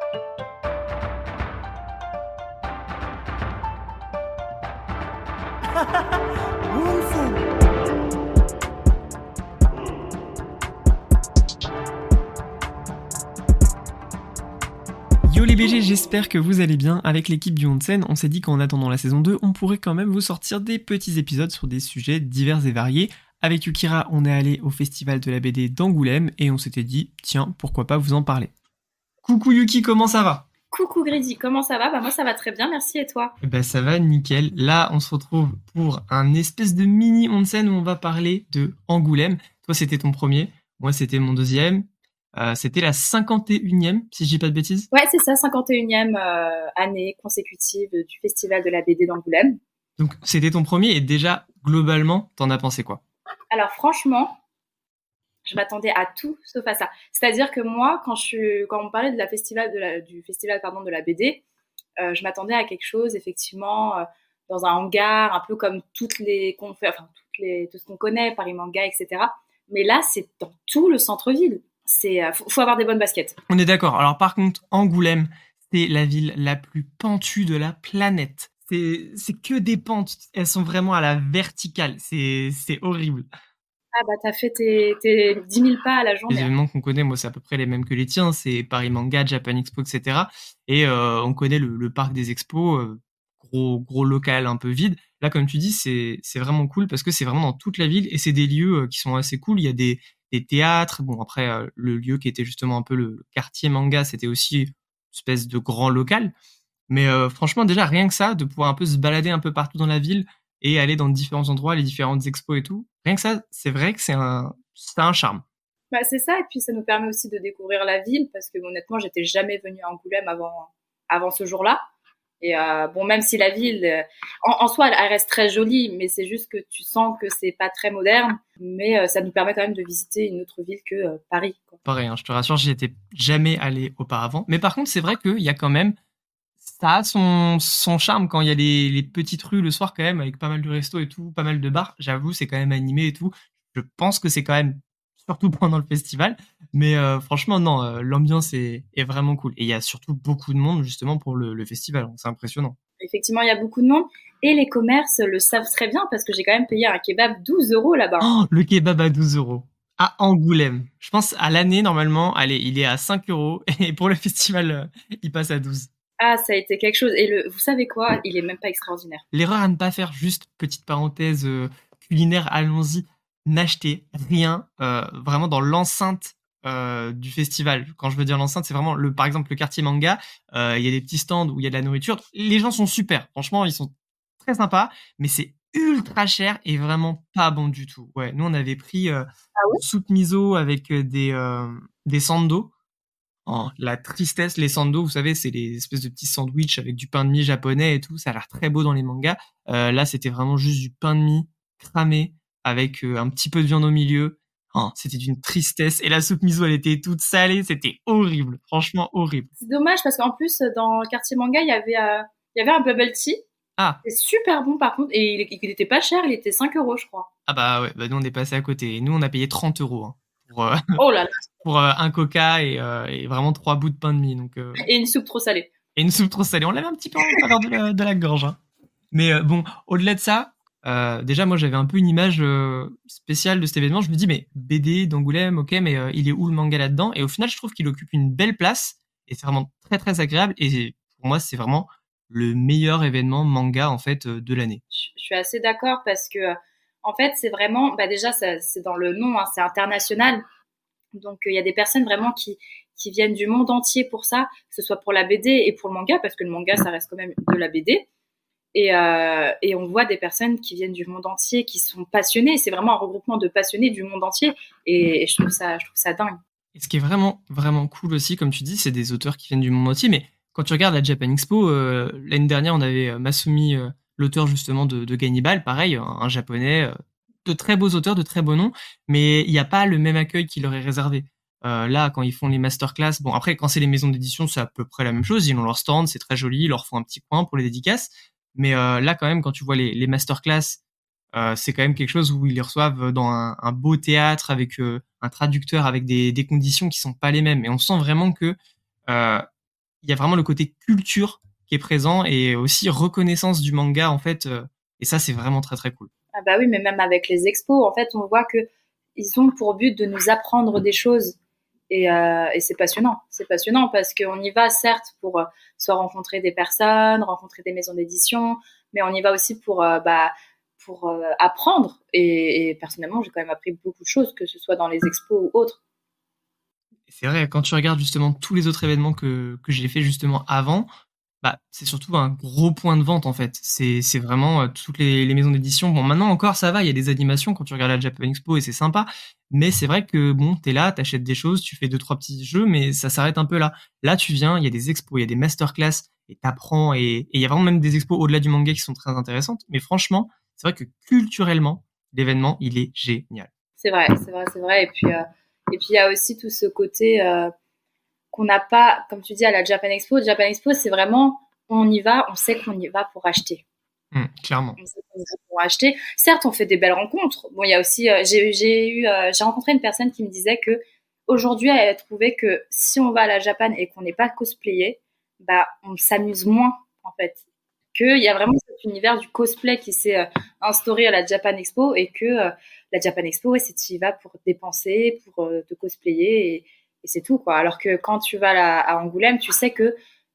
Yo les BG, j'espère que vous allez bien. Avec l'équipe du Onsen, on s'est dit qu'en attendant la saison 2, on pourrait quand même vous sortir des petits épisodes sur des sujets divers et variés. Avec Yukira, on est allé au festival de la BD d'Angoulême et on s'était dit, tiens, pourquoi pas vous en parler. Coucou Yuki, comment ça va ? Coucou Grady, comment ça va ? Moi ça va très bien, merci, et toi ? Ça va nickel. Là, on se retrouve pour un espèce de mini Onsen où on va parler de Angoulême. Toi, c'était ton premier, moi c'était mon deuxième. C'était la 51e, si je dis pas de bêtises. Ouais, c'est ça, 51e année consécutive du Festival de la BD d'Angoulême. Donc, c'était ton premier et déjà, globalement, t'en as pensé quoi ? Alors franchement, je m'attendais à tout sauf à ça. C'est-à-dire que moi, quand on parlait du festival de la BD, je m'attendais à quelque chose, effectivement, dans un hangar, un peu comme tout ce qu'on connaît, Paris Manga, etc. Mais là, c'est dans tout le centre-ville. Faut avoir des bonnes baskets. On est d'accord. Alors par contre, Angoulême, c'est la ville la plus pentue de la planète. C'est que des pentes. Elles sont vraiment à la verticale. C'est horrible. Ah bah t'as fait tes 10 000 pas à la journée. Les événements qu'on connaît, moi, c'est à peu près les mêmes que les tiens. C'est Paris Manga, Japan Expo, etc. Et on connaît le parc des expos, gros local un peu vide. Là, comme tu dis, c'est vraiment cool parce que c'est vraiment dans toute la ville et c'est des lieux qui sont assez cool. Il y a des théâtres. Bon, après, le lieu qui était justement un peu le quartier manga, c'était aussi une espèce de grand local. Mais franchement, déjà, rien que ça, de pouvoir un peu se balader un peu partout dans la ville et aller dans différents endroits, les différentes expos et tout, rien que ça, c'est vrai que ça a un charme. Bah, c'est ça, et puis ça nous permet aussi de découvrir la ville, parce que honnêtement, j'étais jamais venue à Angoulême avant ce jour-là. Et bon, même si la ville, en soi, elle reste très jolie, mais c'est juste que tu sens que c'est pas très moderne. Mais ça nous permet quand même de visiter une autre ville que Paris, quoi. Pareil, hein, je te rassure, j'y étais jamais allé auparavant. Mais par contre, c'est vrai qu'il y a quand même, ça a son charme quand il y a les petites rues le soir quand même, avec pas mal de restos et tout, pas mal de bars. J'avoue, c'est quand même animé et tout. Je pense que c'est quand même surtout pendant le festival. Mais franchement, non, l'ambiance est vraiment cool. Et il y a surtout beaucoup de monde justement pour le festival. C'est impressionnant. Effectivement, il y a beaucoup de monde. Et les commerces le savent très bien, parce que j'ai quand même payé un kebab 12 € là-bas. Oh, le kebab à 12 € à Angoulême. Je pense à l'année, normalement, allez, il est à 5 € et pour le festival, il passe à 12. Ah, ça a été quelque chose. Et vous savez quoi ? Il est même pas extraordinaire. L'erreur à ne pas faire, juste petite parenthèse culinaire, allons-y, n'achetez rien vraiment dans l'enceinte du festival. Quand je veux dire l'enceinte, c'est vraiment par exemple le quartier manga. Il y a des petits stands où il y a de la nourriture. Les gens sont super. Franchement, ils sont très sympas, mais c'est ultra cher et vraiment pas bon du tout. Ouais, nous on avait pris une soupe miso avec des sando. Oh, la tristesse, les sando, vous savez, c'est les espèces de petits sandwichs avec du pain de mie japonais et tout. Ça a l'air très beau dans les mangas. Là, c'était vraiment juste du pain de mie cramé avec un petit peu de viande au milieu. Oh, c'était d'une tristesse. Et la soupe miso, elle était toute salée. C'était horrible. Franchement, horrible. C'est dommage parce qu'en plus, dans le quartier manga, il y avait un bubble tea. Ah. C'est super bon par contre. Et il était pas cher, il était 5 €, je crois. Ah bah ouais, nous on est passé à côté. Et nous, on a payé 30 € hein, oh là là. pour un coca et vraiment 3 bouts de pain de mie. Donc, et une soupe trop salée. Et une soupe trop salée. On l'avait un petit peu en travers de la gorge. Hein. Mais bon, au-delà de ça, déjà moi j'avais un peu une image spéciale de cet événement. Je me dis mais BD d'Angoulême, ok, mais il est où le manga là-dedans ? Et au final, je trouve qu'il occupe une belle place et c'est vraiment très très agréable. Et pour moi, c'est vraiment le meilleur événement manga en fait de l'année. Je suis assez d'accord parce que en fait c'est vraiment, déjà c'est dans le nom, hein, c'est international. Donc il y a des personnes vraiment qui viennent du monde entier pour ça, que ce soit pour la BD et pour le manga, parce que le manga ça reste quand même de la BD. Et on voit des personnes qui viennent du monde entier, qui sont passionnées. C'est vraiment un regroupement de passionnés du monde entier. Et je trouve ça dingue. Et ce qui est vraiment, vraiment cool aussi, comme tu dis, c'est des auteurs qui viennent du monde entier. Mais quand tu regardes la Japan Expo, l'année dernière, on avait Masumi, l'auteur justement de Gannibal, pareil, un japonais, de très beaux auteurs, de très beaux noms, mais il n'y a pas le même accueil qui leur est réservé. Là, quand ils font les masterclass, bon après, quand c'est les maisons d'édition, c'est à peu près la même chose. Ils ont leur stand, c'est très joli, ils leur font un petit coin pour les dédicaces. Mais là, quand même, quand tu vois les masterclass, c'est quand même quelque chose où ils les reçoivent dans un beau théâtre avec un traducteur, avec des conditions qui sont pas les mêmes. Et on sent vraiment que il y a vraiment le côté culture qui est présent et aussi reconnaissance du manga, en fait. Et ça, c'est vraiment très, très cool. Ah bah oui, mais même avec les expos, en fait, on voit que ils ont pour but de nous apprendre des choses. Et c'est passionnant. C'est passionnant parce qu'on y va, certes, pour soit rencontrer des personnes, rencontrer des maisons d'édition, mais on y va aussi pour apprendre. Et personnellement, j'ai quand même appris beaucoup de choses, que ce soit dans les expos ou autres. C'est vrai, quand tu regardes justement tous les autres événements que j'ai fait justement avant, bah, c'est surtout un gros point de vente en fait. C'est vraiment toutes les maisons d'édition. Bon, maintenant encore ça va, il y a des animations quand tu regardes la Japan Expo et c'est sympa. Mais c'est vrai que bon, t'es là, t'achètes des choses, tu fais deux trois petits jeux, mais ça s'arrête un peu là. Là, tu viens, il y a des expos, il y a des masterclass et t'apprends et il y a vraiment même des expos au-delà du manga qui sont très intéressantes. Mais franchement, c'est vrai que culturellement, l'événement il est génial. C'est vrai, c'est vrai, c'est vrai. Et puis il y a aussi tout ce côté qu'on n'a pas, comme tu dis, à la Japan Expo. Japan Expo, c'est vraiment, on y va, on sait qu'on y va pour acheter. Clairement. On sait qu'on y va pour acheter. Certes, on fait des belles rencontres. Bon, il y a aussi, j'ai rencontré une personne qui me disait que aujourd'hui, elle a trouvé que si on va à la Japan et qu'on n'est pas cosplayé, bah, on s'amuse moins, en fait. Qu'il y a vraiment cet univers du cosplay qui s'est instauré à la Japan Expo et que la Japan Expo, ouais, c'est tu y vas pour dépenser, pour te cosplayer et c'est tout, quoi. Alors que quand tu vas à Angoulême, tu sais que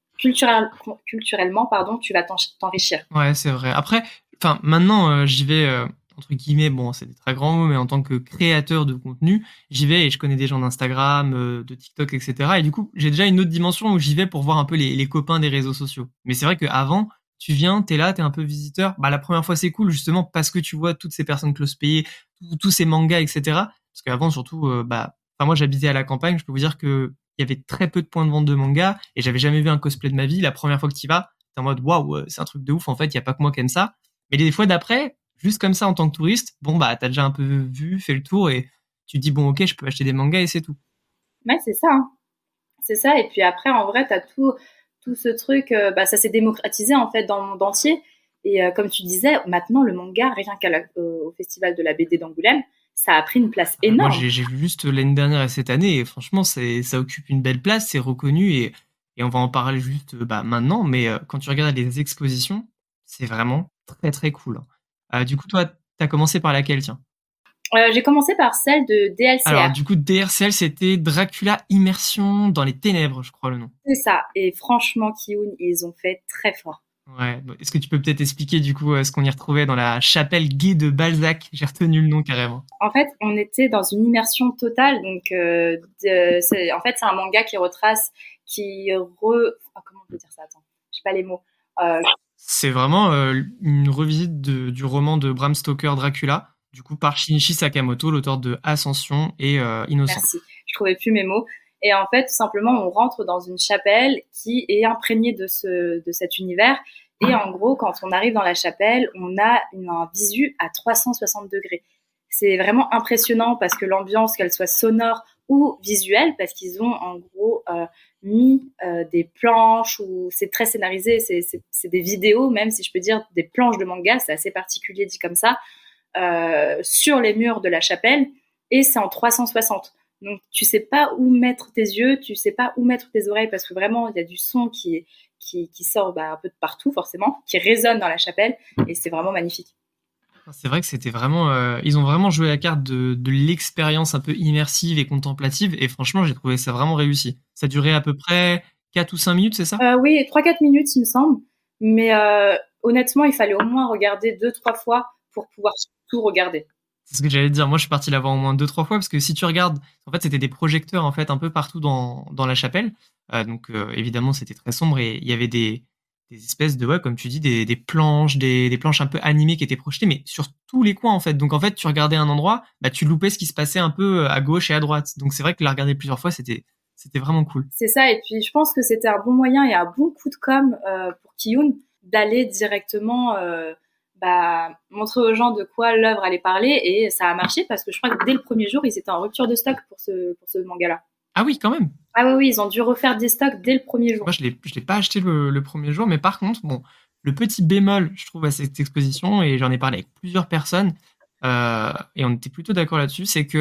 culturellement, pardon, tu vas t'enrichir. Ouais, c'est vrai. Après, enfin, maintenant, j'y vais, entre guillemets, bon, c'est des très grands mots, mais en tant que créateur de contenu, j'y vais et je connais des gens d'Instagram, de TikTok, etc. Et du coup, j'ai déjà une autre dimension où j'y vais pour voir un peu les copains des réseaux sociaux. Mais c'est vrai qu'avant, tu viens, t'es là, t'es un peu visiteur. Bah, la première fois, c'est cool, justement, parce que tu vois toutes ces personnes cosplayées, tous ces mangas, etc. Parce qu'avant, surtout, bah, enfin, moi, j'habitais à la campagne, je peux vous dire que il y avait très peu de points de vente de mangas et j'avais jamais vu un cosplay de ma vie. La première fois que tu y vas, t'es en mode waouh, c'est un truc de ouf. En fait, il y a pas que moi qui aime ça. Mais les fois d'après, juste comme ça en tant que touriste, bon bah t'as déjà un peu vu, fait le tour et tu te dis bon ok, je peux acheter des mangas et c'est tout. Mais c'est ça, hein. C'est ça. Et puis après, en vrai, t'as tout ce truc, bah, ça s'est démocratisé en fait dans le monde entier. Et comme tu disais, maintenant le manga, rien au festival de la BD d'Angoulême, ça a pris une place Moi énorme. j'ai vu juste l'année dernière et cette année et franchement ça occupe une belle place, c'est reconnu et on va en parler juste bah maintenant. Mais quand tu regardes les expositions, c'est vraiment très très cool. Du coup toi t'as commencé par laquelle tiens? J'ai commencé par celle de Alors, DLCR. du coup, DRCL, c'était Dracula Immersion dans les ténèbres, je crois le nom. C'est ça. Et franchement, Kiyun, ils ont fait très fort. Ouais. Est-ce que tu peux peut-être expliquer, du coup, ce qu'on y retrouvait dans la chapelle Guy de Balzac? J'ai retenu le nom carrément. En fait, on était dans une immersion totale. Donc, en fait, c'est un manga qui retrace, comment on peut dire ça? Attends, j'ai pas les mots. Euh, C'est vraiment une revisite du roman de Bram Stoker Dracula, du coup, par Shinichi Sakamoto, l'auteur de Ascension et Innocent. Merci. Je trouvais plus mes mots. Et en fait, tout simplement, on rentre dans une chapelle qui est imprégnée de cet univers. Et en gros, quand on arrive dans la chapelle, on a un visu à 360 degrés. C'est vraiment impressionnant parce que l'ambiance, qu'elle soit sonore ou visuelle, parce qu'ils ont en gros mis des planches où c'est très scénarisé, c'est des vidéos, même si je peux dire des planches de manga, c'est assez particulier dit comme ça, sur les murs de la chapelle et c'est en 360. Donc tu sais pas où mettre tes yeux, tu sais pas où mettre tes oreilles parce que vraiment il y a du son qui sort un peu de partout forcément, qui résonne dans la chapelle et c'est vraiment magnifique. C'est vrai que c'était vraiment, ils ont vraiment joué la carte de l'expérience un peu immersive et contemplative et franchement, j'ai trouvé ça vraiment réussi. Ça durait à peu près 4 ou 5 minutes, c'est ça? Oui, 3-4 minutes il me semble, mais honnêtement il fallait au moins regarder 2-3 fois pour pouvoir tout regarder. C'est ce que j'allais te dire. Moi, je suis parti la voir au moins deux, trois fois parce que si tu regardes, en fait, c'était des projecteurs en fait un peu partout dans la chapelle. Donc évidemment, c'était très sombre et il y avait des espèces de ouais, comme tu dis, des planches, des planches un peu animées qui étaient projetées, mais sur tous les coins en fait. Donc en fait, tu regardais un endroit, bah tu loupais ce qui se passait un peu à gauche et à droite. Donc c'est vrai que la regarder plusieurs fois, c'était vraiment cool. C'est ça, et puis je pense que c'était un bon moyen et un bon coup de com pour Kiyun d'aller directement montrer aux gens de quoi l'œuvre allait parler, et ça a marché parce que je crois que dès le premier jour, ils étaient en rupture de stock pour ce manga-là. Ah oui, quand même. Ah oui, oui, ils ont dû refaire des stocks dès le premier jour. Moi, je l'ai pas acheté le premier jour, mais par contre, bon, le petit bémol, je trouve, à cette exposition, et j'en ai parlé avec plusieurs personnes, et on était plutôt d'accord là-dessus, c'est que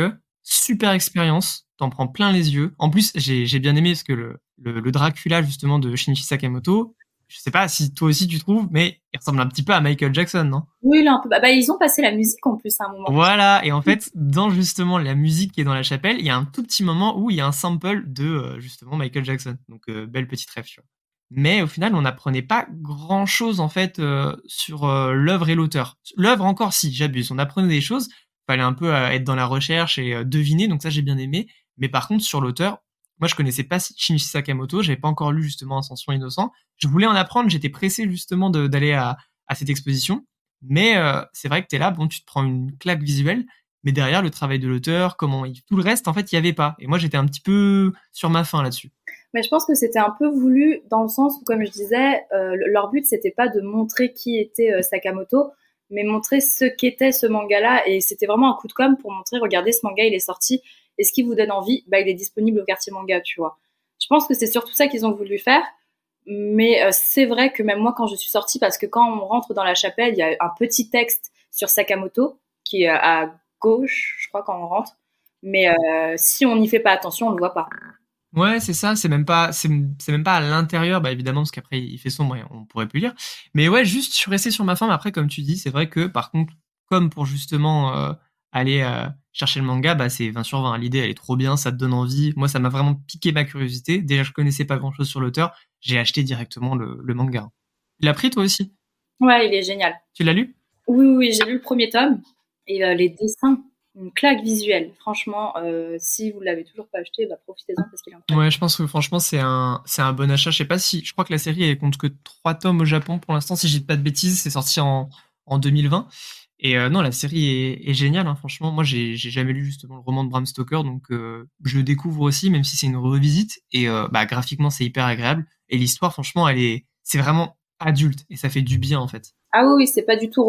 super expérience, t'en prends plein les yeux. En plus, j'ai bien aimé parce que le Dracula justement de Shinichi Sakamoto, je sais pas si toi aussi tu trouves, mais il ressemble un petit peu à Michael Jackson, non? Oui, là, un peu. Bah, ils ont passé la musique en plus à un moment. Voilà, et en fait, dans justement la musique qui est dans la chapelle, il y a un tout petit moment où il y a un sample de justement Michael Jackson. Donc belle petite rêve, tu vois. Mais au final, on n'apprenait pas grand-chose en fait sur l'œuvre et l'auteur. L'œuvre encore si, j'abuse. On apprenait des choses, fallait un peu être dans la recherche et deviner, donc ça j'ai bien aimé. Mais par contre sur l'auteur, moi je connaissais pas Shinichi Sakamoto, j'avais pas encore lu justement Ascension Innocent. Je voulais en apprendre, j'étais pressé justement d'aller à cette exposition. Mais c'est vrai que t'es là, bon, tu te prends une claque visuelle, mais derrière le travail de l'auteur, tout le reste, en fait, il y avait pas. Et moi, j'étais un petit peu sur ma faim là-dessus. Mais je pense que c'était un peu voulu dans le sens où, comme je disais, leur but c'était pas de montrer qui était Sakamoto, mais montrer ce qu'était ce manga-là. Et c'était vraiment un coup de com' pour montrer, regardez, ce manga il est sorti. Et ce qui vous donne envie, bah il est disponible au quartier manga, tu vois. Je pense que c'est surtout ça qu'ils ont voulu faire. Mais c'est vrai que même moi, quand je suis sortie, parce que quand on rentre dans la chapelle, il y a un petit texte sur Sakamoto qui est à gauche, je crois, quand on rentre. Mais si on n'y fait pas attention, on le voit pas. Ouais, c'est ça, c'est même pas à l'intérieur, bah évidemment, parce qu'après il fait sombre et on pourrait plus lire. Mais ouais, juste, je suis resté sur ma faim, mais après, comme tu dis, c'est vrai que par contre, comme pour justement aller chercher le manga, bah c'est 20 sur 20. L'idée, elle est trop bien, ça te donne envie. Moi, ça m'a vraiment piqué ma curiosité. Déjà, je connaissais pas grand-chose sur l'auteur, j'ai acheté directement le manga. Tu l'as pris toi aussi? Ouais, il est génial. Tu l'as lu? Oui, oui, oui, j'ai lu le premier tome et les dessins, une claque visuelle. Franchement, si vous l'avez toujours pas acheté, bah, profitez-en parce qu'il est incroyable. Ouais, je pense que franchement, c'est un bon achat. Je sais pas si, je crois que la série, elle compte que 3 tomes au Japon pour l'instant, si je dis pas de bêtises. C'est sorti en 2020. Et non, la série est géniale, hein, franchement. Moi, j'ai jamais lu justement le roman de Bram Stoker, donc je le découvre aussi, même si c'est une revisite. Et bah, graphiquement, c'est hyper agréable. Et l'histoire, franchement, c'est vraiment adulte et ça fait du bien en fait. Ah oui, oui, c'est pas du tout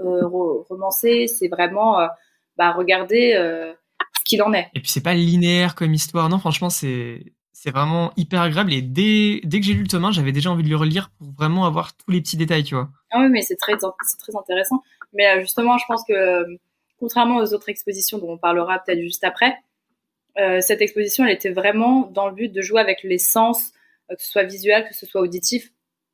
romancé, c'est vraiment, bah, regardez ce qu'il en est. Et puis c'est pas linéaire comme histoire. Non, franchement, c'est vraiment hyper agréable. Et dès que j'ai lu le tome 1, j'avais déjà envie de le relire pour vraiment avoir tous les petits détails, tu vois. Ah oui, mais c'est très intéressant. Mais justement, je pense que contrairement aux autres expositions dont on parlera peut-être juste après, cette exposition, elle était vraiment dans le but de jouer avec les sens, que ce soit visuel, que ce soit auditif.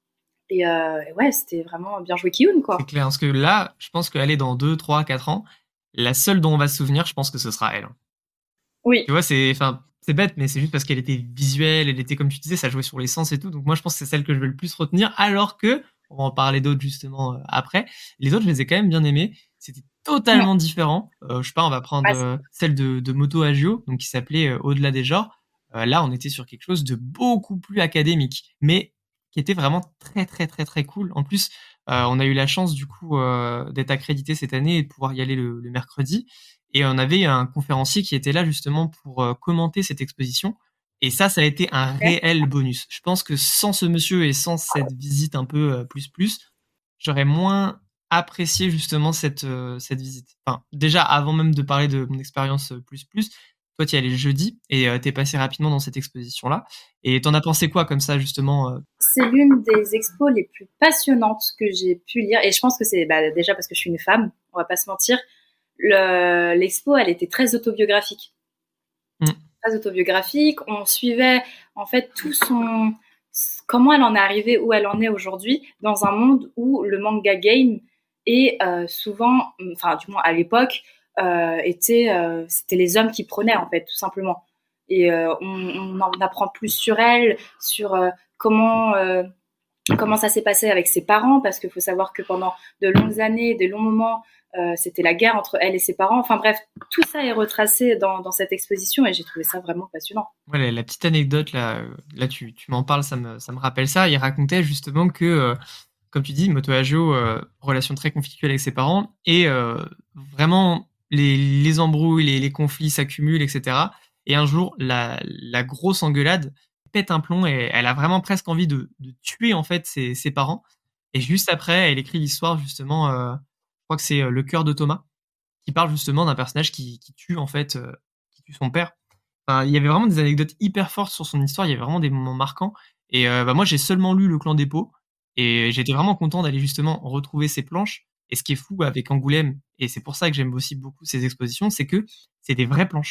Et ouais, c'était vraiment bien joué Kiyun, C'est quoi. clair. Parce que là, je pense qu'elle est dans 2, 3, 4 ans. La seule dont on va se souvenir, je pense que ce sera elle, hein. Oui. Tu vois, c'est bête, mais c'est juste parce qu'elle était visuelle, elle était, comme tu disais, ça jouait sur les sens et tout. Donc moi, je pense que c'est celle que je vais le plus retenir, alors que, on va en parler d'autres justement après. Les autres, je les ai quand même bien aimés. C'était Mm. totalement différent. Je sais pas, on va prendre Ouais, celle de Moto Hagio, donc qui s'appelait Au-delà des genres. Là, on était sur quelque chose de beaucoup plus académique, mais qui était vraiment très très très très cool. En plus, on a eu la chance du coup d'être accrédité cette année et de pouvoir y aller le mercredi. Et on avait un conférencier qui était là justement pour commenter cette exposition. Et ça a été un ouais. réel bonus. Je pense que sans ce monsieur et sans cette visite un peu plus, j'aurais moins apprécié justement cette visite. Enfin, déjà, avant même de parler de mon expérience plus, toi, tu y allais jeudi et t'es passé rapidement dans cette exposition-là. Et t'en as pensé quoi comme ça, justement C'est l'une des expos les plus passionnantes que j'ai pu lire. Et je pense que c'est bah, déjà parce que je suis une femme, on va pas se mentir. L'expo, elle était très autobiographique. Hmm. Très autobiographique. On suivait en fait tout son comment elle en est arrivée où elle en est aujourd'hui dans un monde où le manga game est souvent, enfin du moins à l'époque, c'était les hommes qui prenaient en fait tout simplement. Et on en apprend plus sur elle, sur comment ça s'est passé avec ses parents, parce qu'il faut savoir que pendant de longues années, des longs moments, c'était la guerre entre elle et ses parents. Enfin bref, tout ça est retracé dans cette exposition et j'ai trouvé ça vraiment passionnant. Ouais, la petite anecdote là tu m'en parles, ça me rappelle ça. Il racontait justement que, comme tu dis, Moto Hagio, relation très conflictuelle avec ses parents et vraiment les embrouilles, les conflits s'accumulent, etc. Et un jour, la grosse engueulade pète un plomb et elle a vraiment presque envie de tuer en fait ses parents. Et juste après, elle écrit l'histoire justement, je crois que c'est Le cœur de Thomas, qui parle justement d'un personnage qui tue en fait, qui tue son père. Enfin, il y avait vraiment des anecdotes hyper fortes sur son histoire, il y avait vraiment des moments marquants. Et bah, moi, j'ai seulement lu Le Clan des Pots et j'étais vraiment content d'aller justement retrouver ces planches. Et ce qui est fou avec Angoulême, et c'est pour ça que j'aime aussi beaucoup ces expositions, c'est que c'est des vraies planches.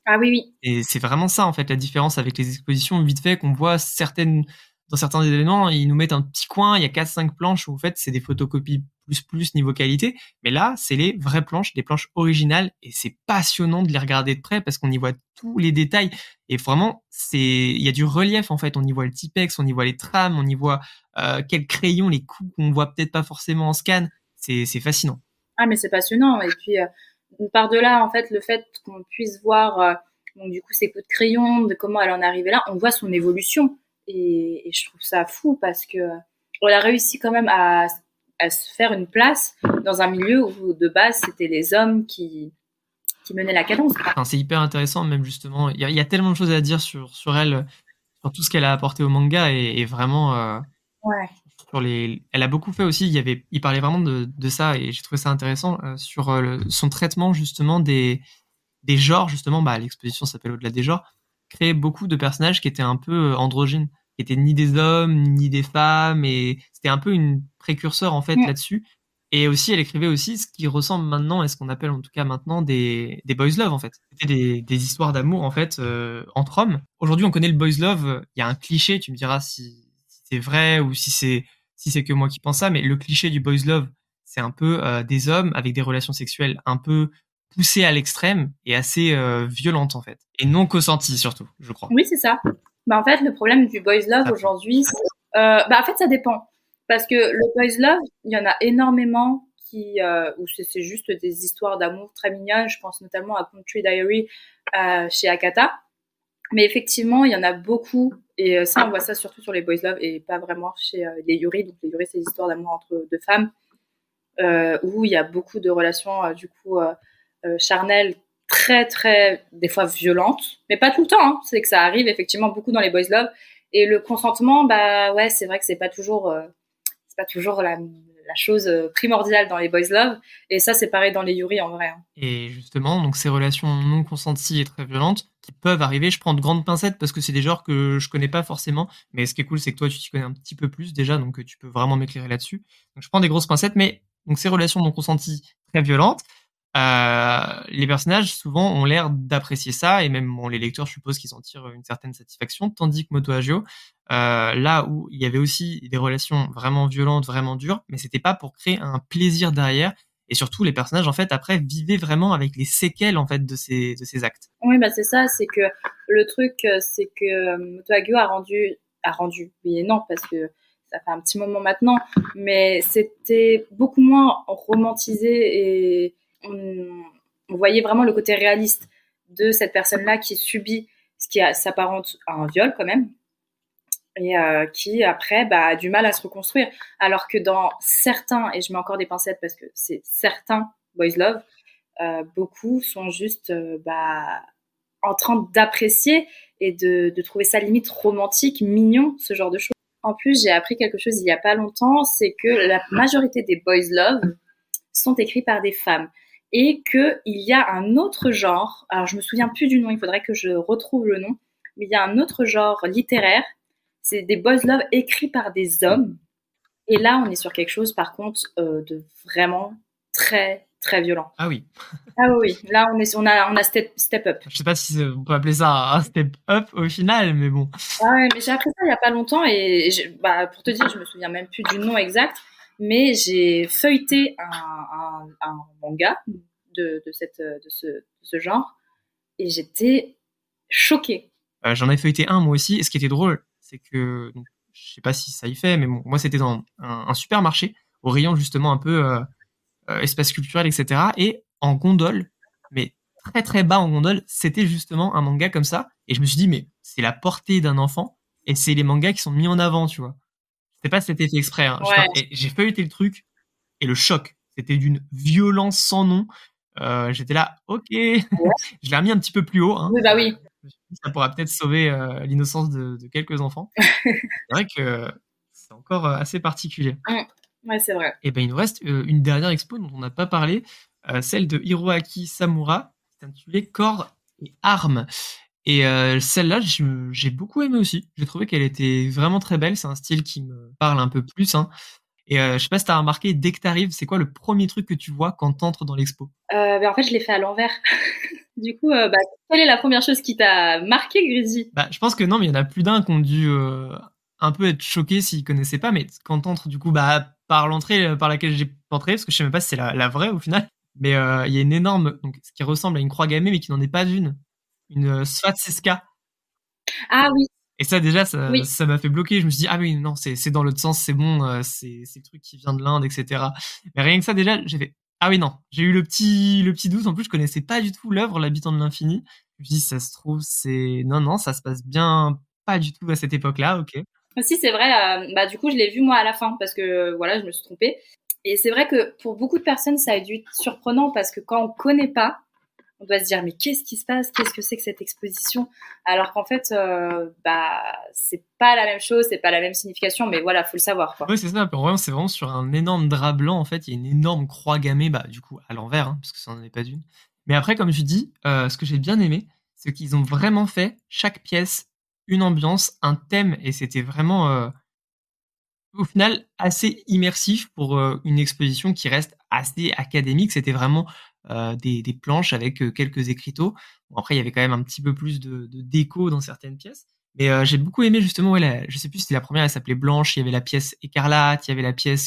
Ah oui, oui. Et c'est vraiment ça, en fait, la différence avec les expositions vite fait qu'on voit dans certains événements, ils nous mettent un petit coin, il y a 4-5 planches où, en fait, c'est des photocopies plus niveau qualité. Mais là, c'est les vraies planches, des planches originales et c'est passionnant de les regarder de près parce qu'on y voit tous les détails. Et vraiment, il y a du relief, en fait. On y voit le Tipex, on y voit les trames, on y voit, quels crayons, les coups qu'on voit peut-être pas forcément en scan. C'est fascinant. Ah, mais c'est passionnant. Et puis, par-delà, en fait, le fait qu'on puisse voir, donc, du coup, ses coups de crayon, de comment elle en est arrivée là, on voit son évolution. Et je trouve ça fou parce que on a réussi quand même à se faire une place dans un milieu où, de base, c'était les hommes qui menaient la cadence. Enfin, c'est hyper intéressant, même justement. Il y a tellement de choses à dire sur elle, sur tout ce qu'elle a apporté au manga et vraiment, Ouais. elle a beaucoup fait aussi. Il parlait vraiment de ça et j'ai trouvé ça intéressant sur son traitement justement des genres justement. Bah, l'exposition s'appelle Au-delà des genres. Créer beaucoup de personnages qui étaient un peu androgynes, qui étaient ni des hommes ni des femmes et c'était un peu une précurseur en fait Mm. là-dessus. Et aussi, elle écrivait aussi ce qui ressemble maintenant à ce qu'on appelle en tout cas maintenant des boys love en fait. C'était des histoires d'amour en fait entre hommes. Aujourd'hui, on connaît le boys love. Il y a un cliché. Tu me diras si c'est vrai ou si c'est que moi qui pense ça. Mais le cliché du boys love, c'est un peu des hommes avec des relations sexuelles un peu poussées à l'extrême et assez violentes en fait. Et non consenties surtout, je crois. Oui, c'est ça. Bah, en fait, le problème du boys love Ça, aujourd'hui, bah, en fait, ça dépend. Parce que le boys love, il y en a énormément où c'est juste des histoires d'amour très mignonnes. Je pense notamment à Country Diary chez Akata. Mais effectivement, il y en a beaucoup. Et ça, on voit ça surtout sur les boys love et pas vraiment chez les Yuri. Donc, les Yuri, c'est des histoires d'amour entre deux femmes où il y a beaucoup de relations, charnelles très, très, des fois violentes. Mais pas tout le temps, hein. C'est que ça arrive effectivement beaucoup dans les boys love. Et le consentement, bah ouais, c'est vrai que c'est pas toujours la chose primordiale dans les boys love. Et ça, c'est pareil dans les Yuri en vrai, hein. et justement, donc ces relations non consenties et très violentes qui peuvent arriver, je prends de grandes pincettes parce que c'est des genres que je connais pas forcément. Mais ce qui est cool, c'est que toi, tu t'y connais un petit peu plus déjà, donc tu peux vraiment m'éclairer là-dessus. Donc je prends des grosses pincettes, mais donc ces relations non consenties très violentes, les personnages souvent ont l'air d'apprécier ça et même bon, les lecteurs, je suppose qu'ils en tirent une certaine satisfaction, tandis que Moto Hagio, là où il y avait aussi des relations vraiment violentes, vraiment dures, mais c'était pas pour créer un plaisir derrière. Et surtout, les personnages, en fait, après, vivaient vraiment avec les séquelles, en fait, de ces actes. Oui, bah c'est ça, c'est que le truc, c'est que Moto Hagio a rendu, oui et non, parce que ça fait un petit moment maintenant, mais c'était beaucoup moins romantisé et on voyait vraiment le côté réaliste de cette personne-là qui subit ce s'apparente à un viol quand même, et qui après bah, a du mal à se reconstruire. Alors que dans certains, et je mets encore des pincettes parce que c'est certains boys love, beaucoup sont juste bah, en train d'apprécier et de trouver ça limite romantique, mignon, ce genre de choses. En plus, j'ai appris quelque chose il y a pas longtemps, c'est que la majorité des boys love sont écrits par des femmes et qu'il y a un autre genre, alors je me souviens plus du nom, il faudrait que je retrouve le nom, mais il y a un autre genre littéraire, c'est des boys love écrits par des hommes. Et là, on est sur quelque chose, par contre, de vraiment très, très violent. Ah oui. Ah oui, là, on a step up. Je sais pas si on peut appeler ça un step up au final, mais bon. Ah ouais, mais j'ai appris ça il y a pas longtemps et bah, pour te dire, je me souviens même plus du nom exact, mais j'ai feuilleté un manga de ce genre et j'étais choquée. J'en ai feuilleté un, moi aussi. Et ce qui était drôle, c'est que, donc, je sais pas si ça y fait, mais bon, moi, c'était dans un supermarché, au rayon, justement, un peu espace culturel, etc. Et en gondole, mais très très bas en gondole, c'était justement un manga comme ça. Et je me suis dit, mais c'est la portée d'un enfant, et c'est les mangas qui sont mis en avant, tu vois. Je sais pas si c'était fait exprès, hein. Ouais. Et j'ai feuilleté le truc, et le choc, c'était d'une violence sans nom. J'étais là, ok, je l'ai remis un petit peu plus haut, hein. Oui, bah oui. Ça pourra peut-être sauver l'innocence de quelques enfants. C'est vrai que c'est encore assez particulier. Ouais, c'est vrai. Et ben il nous reste une dernière expo dont on n'a pas parlé, celle de Hiroaki Samura, qui est intitulée Corps et armes. Et celle-là, j'ai beaucoup aimé aussi. J'ai trouvé qu'elle était vraiment très belle. C'est un style qui me parle un peu plus, hein. Et je sais pas si t'as remarqué, dès que t'arrives, c'est quoi le premier truc que tu vois quand t'entres dans l'expo? En fait, je l'ai fait à l'envers. Du coup, quelle est la première chose qui t'a marqué, Grizzy? Bah, je pense que non, mais il y en a plus d'un qui ont dû un peu être choqués s'ils connaissaient pas, mais quand t'entres du coup bah, par l'entrée par laquelle j'ai entré, parce que je sais même pas si c'est la vraie au final, mais il y a une énorme, donc ce qui ressemble à une croix gammée, mais qui n'en est pas une Swastiska. Ah oui, Et ça déjà, ça, oui. ça m'a fait bloquer. Je me suis dit ah oui non, c'est dans l'autre sens, c'est bon, c'est le truc qui vient de l'Inde, etc. Mais rien que ça déjà, j'ai fait ah oui non, j'ai eu le petit doute. En plus, je connaissais pas du tout l'œuvre L'Habitant de l'Infini. Je me suis dit ça se trouve c'est non ça se passe bien pas du tout à cette époque-là, ok. Si, c'est vrai. Du coup, je l'ai vu moi à la fin parce que voilà, je me suis trompée. Et c'est vrai que pour beaucoup de personnes, ça a dû être surprenant parce que quand on connaît pas, on doit se dire mais qu'est-ce qui se passe? Qu'est-ce que c'est que cette exposition? Alors qu'en fait, c'est pas la même chose, c'est pas la même signification, mais voilà, faut le savoir quoi. Ouais, c'est ça. En vrai, c'est vraiment sur un énorme drap blanc. En fait, il y a une énorme croix gammée, bah, du coup, à l'envers, hein, parce que ça n'en est pas d'une. Mais après, comme je dis, ce que j'ai bien aimé, c'est qu'ils ont vraiment fait chaque pièce une ambiance, un thème, et c'était vraiment, au final, assez immersif pour une exposition qui reste assez académique. C'était vraiment des planches avec quelques écriteaux. Bon, après, il y avait quand même un petit peu plus de déco dans certaines pièces. Mais j'ai beaucoup aimé justement, ouais, je sais plus si la première, elle s'appelait Blanche, il y avait la pièce Écarlate, il y avait la pièce,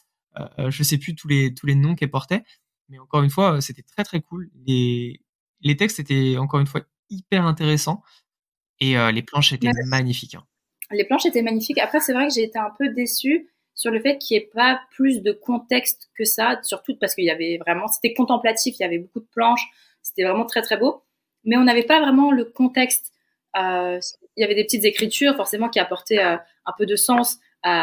je sais plus tous les noms qu'elle portait. Mais encore une fois, c'était très très cool. Les textes étaient encore une fois hyper intéressants et les planches étaient Ouais. magnifiques, hein. Les planches étaient magnifiques. Après, c'est vrai que j'ai été un peu déçue sur le fait qu'il n'y ait pas plus de contexte que ça, surtout parce qu'il y avait vraiment, c'était contemplatif, il y avait beaucoup de planches, c'était vraiment très très beau, mais on n'avait pas vraiment le contexte. Il y avait des petites écritures forcément qui apportaient un peu de sens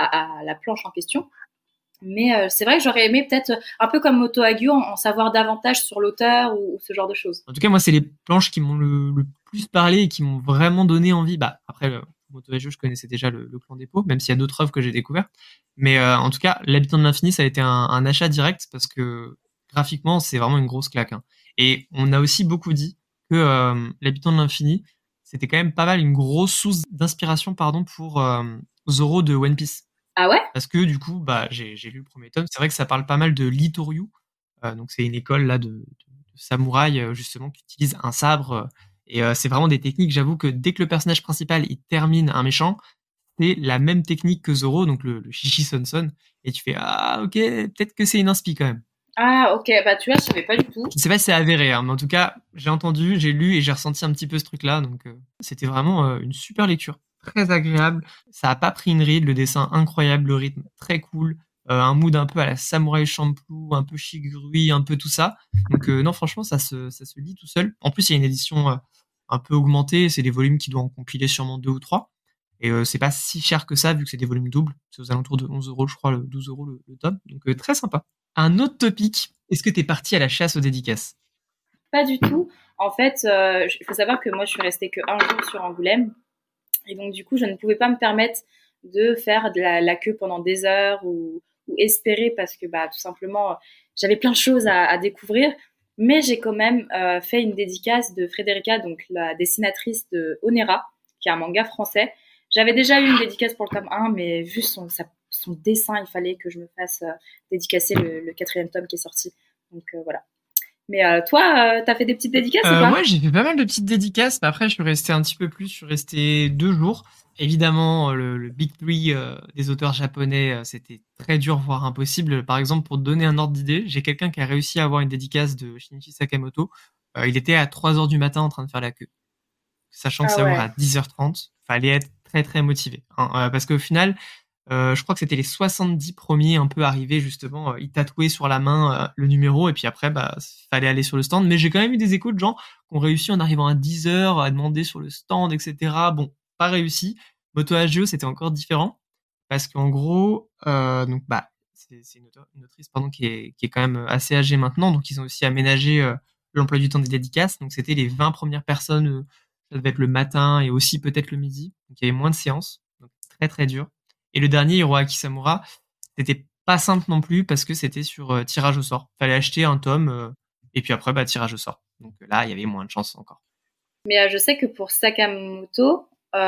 à la planche en question. Mais c'est vrai que j'aurais aimé peut-être un peu comme Moto Hagio en savoir davantage sur l'auteur ou ce genre de choses. En tout cas, moi, c'est les planches qui m'ont le plus parlé et qui m'ont vraiment donné envie. Bah, après, Moto Hagio, je connaissais déjà le Clan des Pots, même s'il y a d'autres œuvres que j'ai découvertes. Mais en tout cas, L'Habitant de l'Infini, ça a été un achat direct parce que graphiquement, c'est vraiment une grosse claque, hein. Et on a aussi beaucoup dit que L'Habitant de l'Infini, c'était quand même pas mal une grosse source d'inspiration, pardon, pour Zoro de One Piece. Ah ouais? Parce que du coup, bah, j'ai lu le premier tome. C'est vrai que ça parle pas mal de l'Itoryu. Donc c'est une école là de samouraï justement qui utilise un sabre. Et c'est vraiment des techniques. J'avoue que dès que le personnage principal il termine un méchant, c'est la même technique que Zoro, donc le Shishi Son Son. Et tu fais ah ok, peut-être que c'est une inspi quand même. Ah ok, bah tu vois, je savais pas du tout. Je sais pas si c'est avéré, hein, mais en tout cas, j'ai entendu, j'ai lu et j'ai ressenti un petit peu ce truc-là. Donc c'était vraiment une super lecture, très agréable. Ça a pas pris une ride, le dessin incroyable, le rythme très cool, un mood un peu à la Samurai Champloo, un peu Shigurui, un peu tout ça. Donc non, franchement, ça se lit tout seul. En plus, il y a une édition un peu augmentée. C'est des volumes qui doivent en compiler sûrement deux ou trois. Et c'est pas si cher que ça vu que c'est des volumes doubles. C'est aux alentours de 11 €, je crois, 12 € le tome. Donc très sympa. Un autre topic, est-ce que t'es parti à la chasse aux dédicaces? Pas du tout. En fait, il faut savoir que moi, je suis restée que un jour sur Angoulême. Et donc, du coup, je ne pouvais pas me permettre de faire de la queue pendant des heures ou espérer parce que, bah, tout simplement, j'avais plein de choses à découvrir. Mais j'ai quand même fait une dédicace de Frédérica, donc la dessinatrice de Onera, qui est un manga français. J'avais déjà eu une dédicace pour le tome 1, mais vu son dessin, il fallait que je me fasse dédicacer le quatrième tome qui est sorti. Donc voilà. Mais toi, t'as fait des petites dédicaces ou pas? Ouais, j'ai fait pas mal de petites dédicaces, mais après, je suis resté un petit peu plus, je suis resté 2 jours. Évidemment, le Big Three des auteurs japonais, c'était très dur, voire impossible. Par exemple, pour te donner un ordre d'idée, j'ai quelqu'un qui a réussi à avoir une dédicace de Shinichi Sakamoto. Il était à 3 heures du matin en train de faire la queue. Sachant que Ah ça ouvre ouais. à 10h30, fallait être très très motivé, hein. Parce qu'au final, je crois que c'était les 70 premiers un peu arrivés justement, ils tatouaient sur la main le numéro et puis après bah fallait aller sur le stand. Mais j'ai quand même eu des échos de gens qui ont réussi en arrivant à 10 h à demander sur le stand, etc. Bon, pas réussi. Moto Hagio c'était encore différent parce qu'en gros, donc bah c'est une autrice pardon qui est quand même assez âgée maintenant, donc ils ont aussi aménagé l'emploi du temps des dédicaces. Donc c'était les 20 premières personnes, ça devait être le matin et aussi peut-être le midi. Donc il y avait moins de séances, donc très très dur. Et le dernier, Hiroaki Samura, c'était pas simple non plus parce que c'était sur tirage au sort. Fallait acheter un tome et puis après, bah, tirage au sort. Donc là, il y avait moins de chance encore. Mais je sais que pour Sakamoto,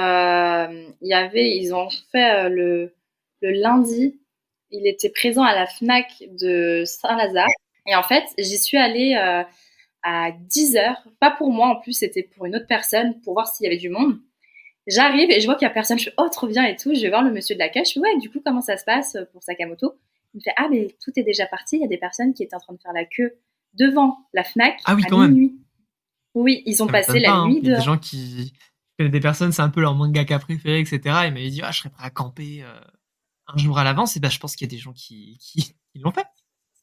ils ont fait le lundi, il était présent à la Fnac de Saint-Lazare. Et en fait, j'y suis allée à 10 heures. Pas pour moi, en plus, c'était pour une autre personne, pour voir s'il y avait du monde. J'arrive et je vois qu'il y a personne. Je fais, oh, trop bien et tout. Je vais voir le monsieur de la caisse. Je fais, ouais, du coup, comment ça se passe pour Sakamoto? Il me fait, ah, mais tout est déjà parti. Il y a des personnes qui étaient en train de faire la queue devant la Fnac Ah oui, à quand même. minuit. Oui, ils ont Ça passé m'étonne pas, la hein. nuit Il y a des dehors. gens qui des personnes, c'est un peu leur mangaka préféré, etc. Il m'avait dit, ah, je serais prêt à camper un jour à l'avance. Et ben, je pense qu'il y a des gens qui l'ont fait.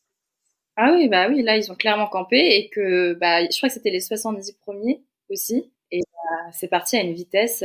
Ah oui, bah oui, là, ils ont clairement campé et que, bah, je crois que c'était les 70 premiers aussi. Et c'est parti à une vitesse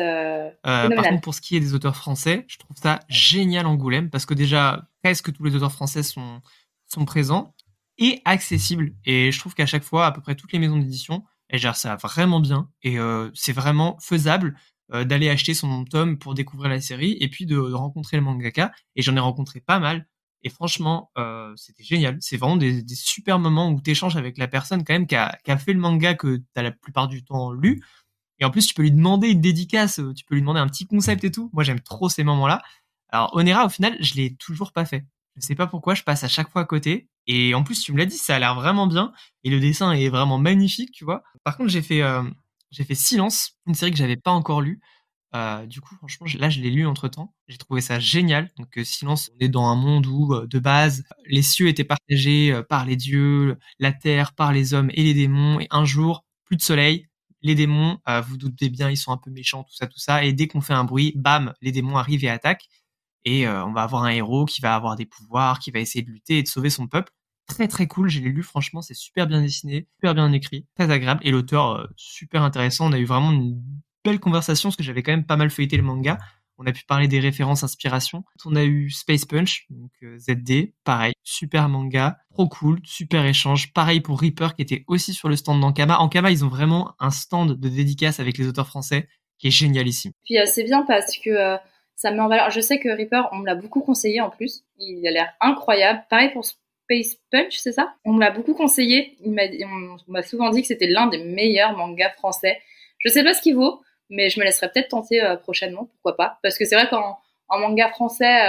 Par contre, phénoménale. pour ce qui est des auteurs français, je trouve ça génial Angoulême parce que déjà, presque tous les auteurs français sont présents et accessibles. Et je trouve qu'à chaque fois, à peu près toutes les maisons d'édition, elles gèrent ça vraiment bien et c'est vraiment faisable d'aller acheter son tome pour découvrir la série et puis de rencontrer le mangaka. Et j'en ai rencontré pas mal. Et franchement, c'était génial. C'est vraiment des super moments où tu échanges avec la personne quand même qui a fait le manga que tu as la plupart du temps lu et en plus, tu peux lui demander une dédicace, tu peux lui demander un petit concept et tout. Moi, j'aime trop ces moments-là. Alors, Onera, au final, je l'ai toujours pas fait. Je sais pas pourquoi, je passe à chaque fois à côté. Et en plus, tu me l'as dit, ça a l'air vraiment bien. Et le dessin est vraiment magnifique, tu vois. Par contre, j'ai fait Silence, une série que j'avais pas encore lue. Du coup, franchement, là, je l'ai lu entre-temps. J'ai trouvé ça génial. Donc, Silence, on est dans un monde où, de base, les cieux étaient partagés par les dieux, la terre par les hommes et les démons. Et un jour, plus de soleil, les démons, vous doutez bien, ils sont un peu méchants, tout ça, tout ça. Et dès qu'on fait un bruit, bam, les démons arrivent et attaquent. Et on va avoir un héros qui va avoir des pouvoirs, qui va essayer de lutter et de sauver son peuple. Très très cool, je l'ai lu, franchement, c'est super bien dessiné, super bien écrit, très agréable. Et l'auteur, super intéressant. On a eu vraiment une belle conversation parce que j'avais quand même pas mal feuilleté le manga. On a pu parler des références, inspirations. On a eu Space Punch, donc ZD, pareil, super manga, trop cool, super échange. Pareil pour Reaper qui était aussi sur le stand d'Ankama. Ankama, ils ont vraiment un stand de dédicace avec les auteurs français qui est génialissime. Puis c'est bien parce que ça met en valeur. Je sais que Reaper, on me l'a beaucoup conseillé en plus. Il a l'air incroyable. Pareil pour Space Punch, c'est ça? On me l'a beaucoup conseillé. On m'a souvent dit que c'était l'un des meilleurs mangas français. Je sais pas ce qu'il vaut, mais je me laisserai peut-être tenter prochainement, pourquoi pas. Parce que c'est vrai qu'en manga français,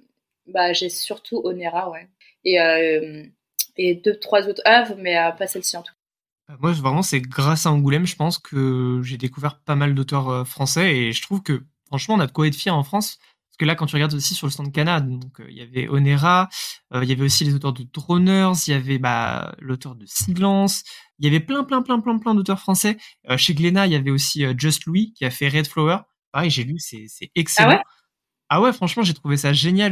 bah, j'ai surtout Onera, ouais. Et, euh, et deux, trois autres œuvres, mais pas celle-ci en tout Moi, vraiment, c'est grâce à Angoulême, je pense que j'ai découvert pas mal d'auteurs français et je trouve que, franchement, on a de quoi être fier en France. Parce que là, quand tu regardes aussi sur le stand Cana, donc il y avait Onera, il y avait aussi les auteurs de Droners, il y avait bah, l'auteur de Silence, il y avait plein d'auteurs français. Chez Glénat, il y avait aussi Just Louis qui a fait Red Flower. Pareil, j'ai lu, c'est cas. Ah excellent. ouais? Ah ouais, franchement, j'ai trouvé ça génial.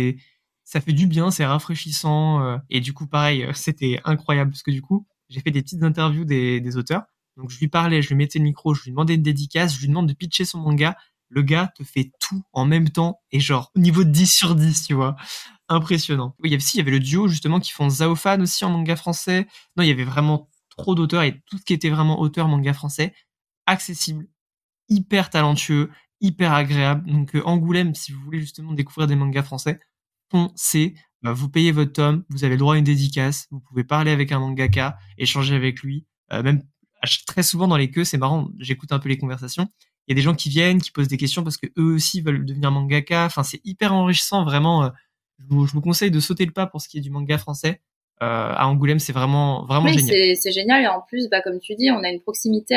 Ça fait du bien, c'est rafraîchissant. Et du coup, pareil, c'était incroyable parce que du coup, j'ai fait des petites interviews des auteurs. Donc, je lui parlais, je lui mettais le micro, je lui demandais une dédicace, je lui demande de pitcher son manga. Le gars te fait tout en même temps et genre, au niveau de 10 sur 10, tu vois. Impressionnant. Oui, il y avait le duo justement qui font Zaofan aussi en manga français. Non, il y avait vraiment trop d'auteurs et tout ce qui était vraiment auteur manga français, accessible, hyper talentueux, hyper agréable. Donc Angoulême, si vous voulez justement découvrir des mangas français, foncez. Vous payez votre tome, vous avez le droit à une dédicace, vous pouvez parler avec un mangaka, échanger avec lui. Même très souvent dans les queues, c'est marrant, j'écoute un peu les conversations. Il y a des gens qui viennent, qui posent des questions parce que eux aussi veulent devenir mangaka. Enfin, c'est hyper enrichissant, vraiment. Je vous conseille de sauter le pas pour ce qui est du manga français. À Angoulême, c'est vraiment Oui, génial. c'est génial et en plus, bah, comme tu dis, on a une proximité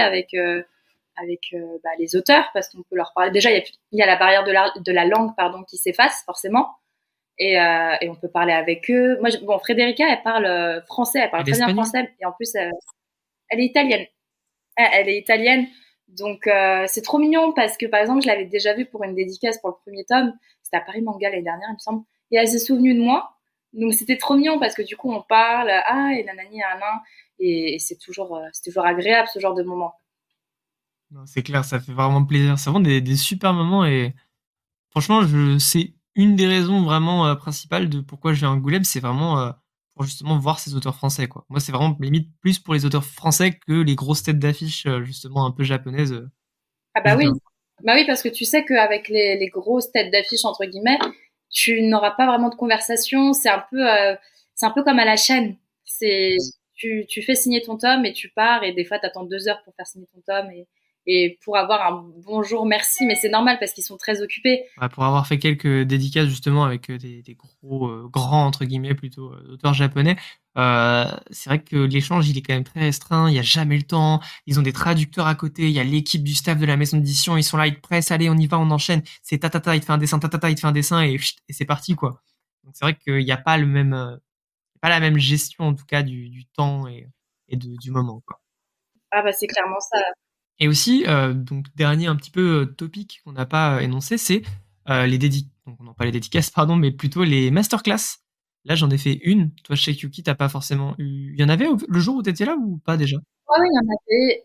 avec bah, les auteurs parce qu'on peut leur parler. Déjà, il y a la barrière de la langue pardon, qui s'efface forcément et on peut parler avec eux. Moi, bon, Frédérica, elle parle français, elle Et parle très bien l'espagnol? français et en plus, elle est italienne. Elle est italienne. Donc, c'est trop mignon parce que, par exemple, je l'avais déjà vue pour une dédicace pour le premier tome. C'était à Paris Manga l'année dernière, il me semble. Et elle s'est souvenue de moi. Donc, c'était trop mignon parce que du coup, on parle, ah, et nanani, nanan. Et c'est toujours agréable ce genre de moment. Non, c'est clair, ça fait vraiment plaisir. C'est vraiment des super moments et franchement, c'est une des raisons vraiment principales de pourquoi je vais à Angoulême, c'est vraiment pour justement voir ces auteurs français, quoi. Moi, c'est vraiment limite plus pour les auteurs français que les grosses têtes d'affiche, justement un peu japonaises, Ah que bah je oui. viens. Bah oui, parce que tu sais qu'avec les grosses têtes d'affiche, entre guillemets, tu n'auras pas vraiment de conversation. C'est un peu comme à la chaîne. Tu fais signer ton tome et tu pars et des fois, t'attends 2 heures pour faire signer ton tome et pour avoir un bonjour, merci, mais c'est normal parce qu'ils sont très occupés. Ouais, pour avoir fait quelques dédicaces justement avec des gros grands entre guillemets plutôt auteurs japonais, c'est vrai que l'échange il est quand même très restreint. Il y a jamais le temps. Ils ont des traducteurs à côté. Il y a l'équipe du staff de la maison d'édition. Ils sont là, ils te pressent. Allez, on y va, on enchaîne. C'est tatata, il te fait un dessin, tatata, il te fait un dessin et, chut, et c'est parti quoi. Donc c'est vrai qu'il n'y a pas le même, pas la même gestion en tout cas du temps et du moment quoi. Ah bah c'est clairement ça. Et aussi, donc dernier un petit peu topic qu'on n'a pas énoncé, c'est donc non pas les dédicaces, pardon, mais plutôt les masterclass. Là, j'en ai fait une. Toi, chez Yuki, t'as pas forcément eu. Il y en avait le jour où t'étais là ou pas déjà? Ouais, oui, il y en avait.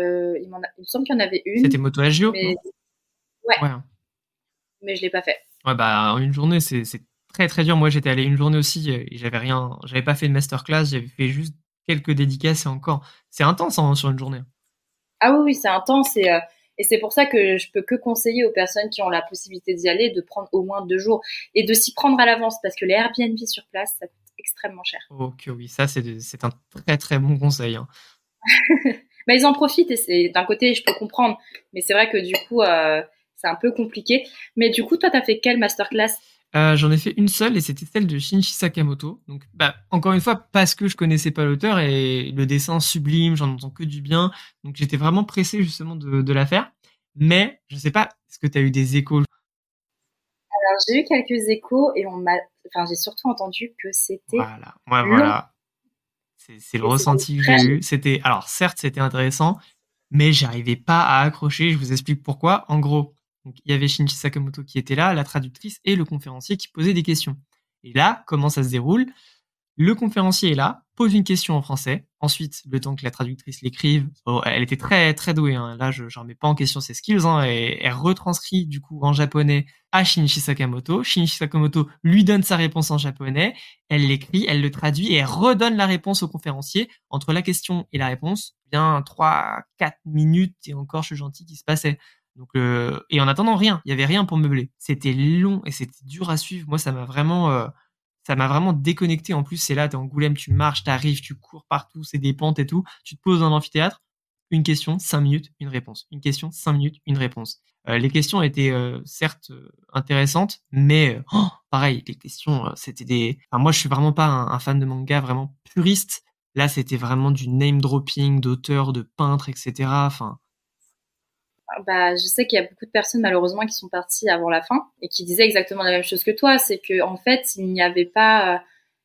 Il me semble qu'il y en avait C'était une, Moto Agio, mais non? ouais, Ouais. mais je l'ai pas fait. Ouais, bah en une journée, c'est très très dur. Moi, j'étais allé une journée aussi et j'avais pas fait de masterclass, j'avais fait juste quelques dédicaces et encore. C'est intense hein, sur une journée. Ah oui, oui, c'est intense et c'est pour ça que je peux que conseiller aux personnes qui ont la possibilité d'y aller de prendre au moins 2 jours et de s'y prendre à l'avance parce que les Airbnb sur place, ça coûte extrêmement cher. Ok, oui, ça c'est un très très bon conseil, hein. Bah, ils en profitent et c'est d'un côté, je peux comprendre, mais c'est vrai que du coup, c'est un peu compliqué. Mais du coup, toi, t'as fait quelle masterclass? J'en ai fait une seule et c'était celle de Shinichi Sakamoto. Donc, bah, encore une fois, parce que je connaissais pas l'auteur et le dessin sublime, j'en entends que du bien. Donc, j'étais vraiment pressé justement de la faire. Mais, je sais pas, est-ce que tu as eu des échos? Alors, j'ai eu quelques échos et enfin, j'ai surtout entendu que c'était Voilà, ouais, long voilà. C'est le et c'était ressenti que j'ai très eu. Alors certes, c'était intéressant, mais j'arrivais pas à accrocher. Je vous explique pourquoi. En gros, donc, il y avait Shinichi Sakamoto qui était là, la traductrice et le conférencier qui posaient des questions. Et là, comment ça se déroule? Le conférencier est là, pose une question en français. Ensuite, le temps que la traductrice l'écrive, elle était très très douée, hein. Là, je remets pas en question ses skills, hein, et elle retranscrit du coup en japonais à Shinichi Sakamoto. Shinichi Sakamoto lui donne sa réponse en japonais. Elle l'écrit, elle le traduit et elle redonne la réponse au conférencier. Entre la question et la réponse, bien 3-4 minutes et encore, je suis gentil, qui se passait. Donc, et en attendant, rien. Il y avait rien pour meubler. C'était long et c'était dur à suivre. Moi, ça m'a vraiment déconnecté. En plus, c'est là, t'es en Angoulême, tu marches, t'arrives, tu cours partout, c'est des pentes et tout. Tu te poses dans l'amphithéâtre, une question, 5 minutes, une réponse. Une question, 5 minutes, une réponse. Les questions étaient certes intéressantes, mais pareil, les questions, c'était des. Enfin, moi, je suis vraiment pas un fan de manga vraiment puriste. Là, c'était vraiment du name dropping d'auteurs, de peintres, etc. Enfin, bah, je sais qu'il y a beaucoup de personnes malheureusement qui sont parties avant la fin et qui disaient exactement la même chose que toi, c'est que en fait il n'y avait pas,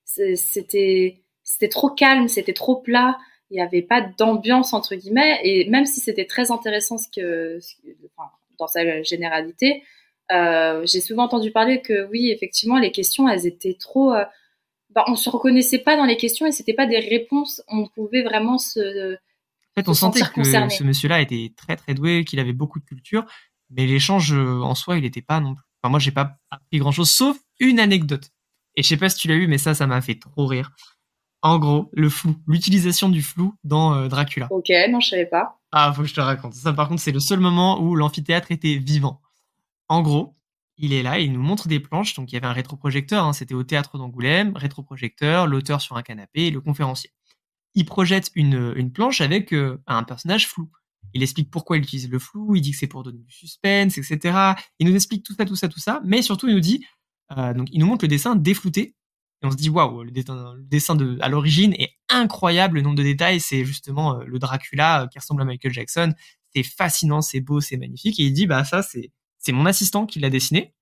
c'était trop calme, c'était trop plat, il n'y avait pas d'ambiance entre guillemets et même si c'était très intéressant enfin, dans sa généralité, j'ai souvent entendu parler que oui effectivement les questions elles étaient trop, bah, on se reconnaissait pas dans les questions et c'était pas des réponses, on pouvait vraiment en fait, on se sentait sentir que ce concerné. monsieur-là était très très doué, qu'il avait beaucoup de culture, mais l'échange en soi, il était pas non plus. Enfin, moi, j'ai pas appris grand-chose, sauf une anecdote. Et je sais pas si tu l'as eu, mais ça m'a fait trop rire. En gros, le flou, l'utilisation du flou dans Dracula. Ok, non je savais pas. Ah, faut que je te raconte. Ça, par contre, c'est le seul moment où l'amphithéâtre était vivant. En gros, il est là, il nous montre des planches. Donc, il y avait un rétroprojecteur, hein, c'était au théâtre d'Angoulême, rétroprojecteur, l'auteur sur un canapé et le conférencier. Il projette une planche avec un personnage flou. Il explique pourquoi il utilise le flou, il dit que c'est pour donner du suspense, etc. Il nous explique tout ça, tout ça, tout ça, mais surtout il nous dit, donc il nous montre le dessin déflouté, et on se dit waouh, le dessin à l'origine est incroyable, le nombre de détails, c'est justement le Dracula qui ressemble à Michael Jackson, c'est fascinant, c'est beau, c'est magnifique, et il dit bah ça c'est mon assistant qui l'a dessiné,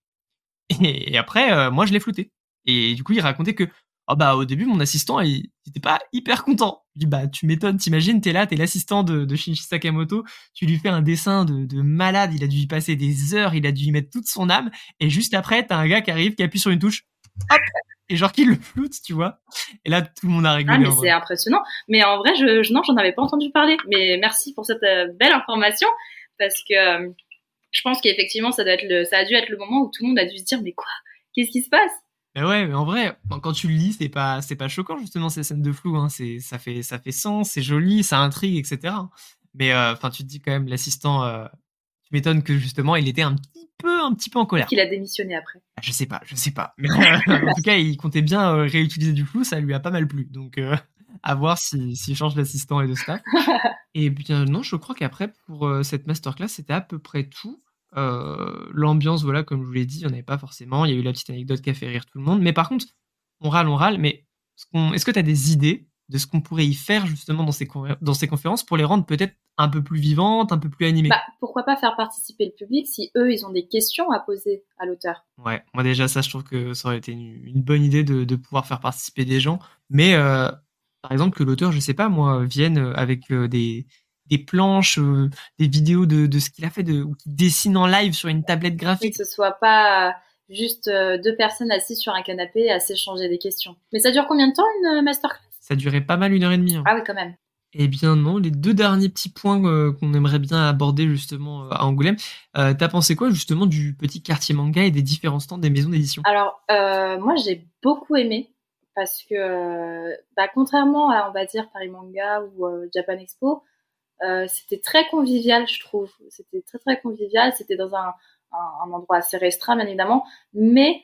et après moi je l'ai flouté. Et du coup il racontait que oh bah au début mon assistant il était pas hyper content. Je dis bah tu m'étonnes, t'imagines t'es là, t'es l'assistant de Shinichi Sakamoto, tu lui fais un dessin de malade, il a dû y passer des heures, il a dû y mettre toute son âme, et juste après t'as un gars qui arrive, qui appuie sur une touche, hop, et genre qui le floute, tu vois. Et là tout le monde a Ah, rigolé mais en vrai. c'est impressionnant. Mais en vrai, non, j'en avais pas entendu parler. Mais merci pour cette belle information parce que je pense qu'effectivement, ça a dû être le moment où tout le monde a dû se dire, mais quoi? Qu'est-ce qui se passe? Mais ouais, mais en vrai, quand tu le lis, c'est pas choquant justement ces scènes de flou. Hein. Ça fait sens, c'est joli, ça intrigue, etc. Mais enfin, tu te dis quand même l'assistant. Tu m'étonnes que justement, il était un petit peu en Peut-être colère. qu'il a démissionné après. Ah, je sais pas. Mais en tout cas, il comptait bien réutiliser du flou, ça lui a pas mal plu. Donc À voir s'il change d'assistant et de staff. Et bien non, je crois qu'après pour, cette masterclass, c'était à peu près tout. L'ambiance, voilà, comme je vous l'ai dit, il y en avait pas forcément. Il y a eu la petite anecdote qui a fait rire tout le monde. Mais par contre, on râle, mais est-ce que tu as des idées de ce qu'on pourrait y faire justement dans ces conférences pour les rendre peut-être un peu plus vivantes, un peu plus animées? Bah, pourquoi pas faire participer le public si eux, ils ont des questions à poser à l'auteur. Ouais, moi déjà ça, je trouve que ça aurait été une bonne idée de pouvoir faire participer des gens. Mais par exemple que l'auteur, je sais pas moi, vienne avec des planches, des vidéos de ce qu'il a fait, ou qu'il dessine en live sur une tablette Oui, graphique. que ce soit pas juste deux personnes assises sur un canapé à s'échanger des questions. Mais ça dure combien de temps une masterclass? Ça durait pas mal 1 heure et demie. Hein. Ah oui, quand même. Eh bien non, les 2 derniers petits points qu'on aimerait bien aborder justement à Angoulême. T'as pensé quoi justement du petit quartier manga et des différents stands des maisons d'édition? Alors, moi, j'ai beaucoup aimé parce que, bah, contrairement à, on va dire, Paris Manga ou Japan Expo, c'était très convivial, je trouve. C'était très, très convivial. C'était dans un endroit assez restreint, bien évidemment. Mais,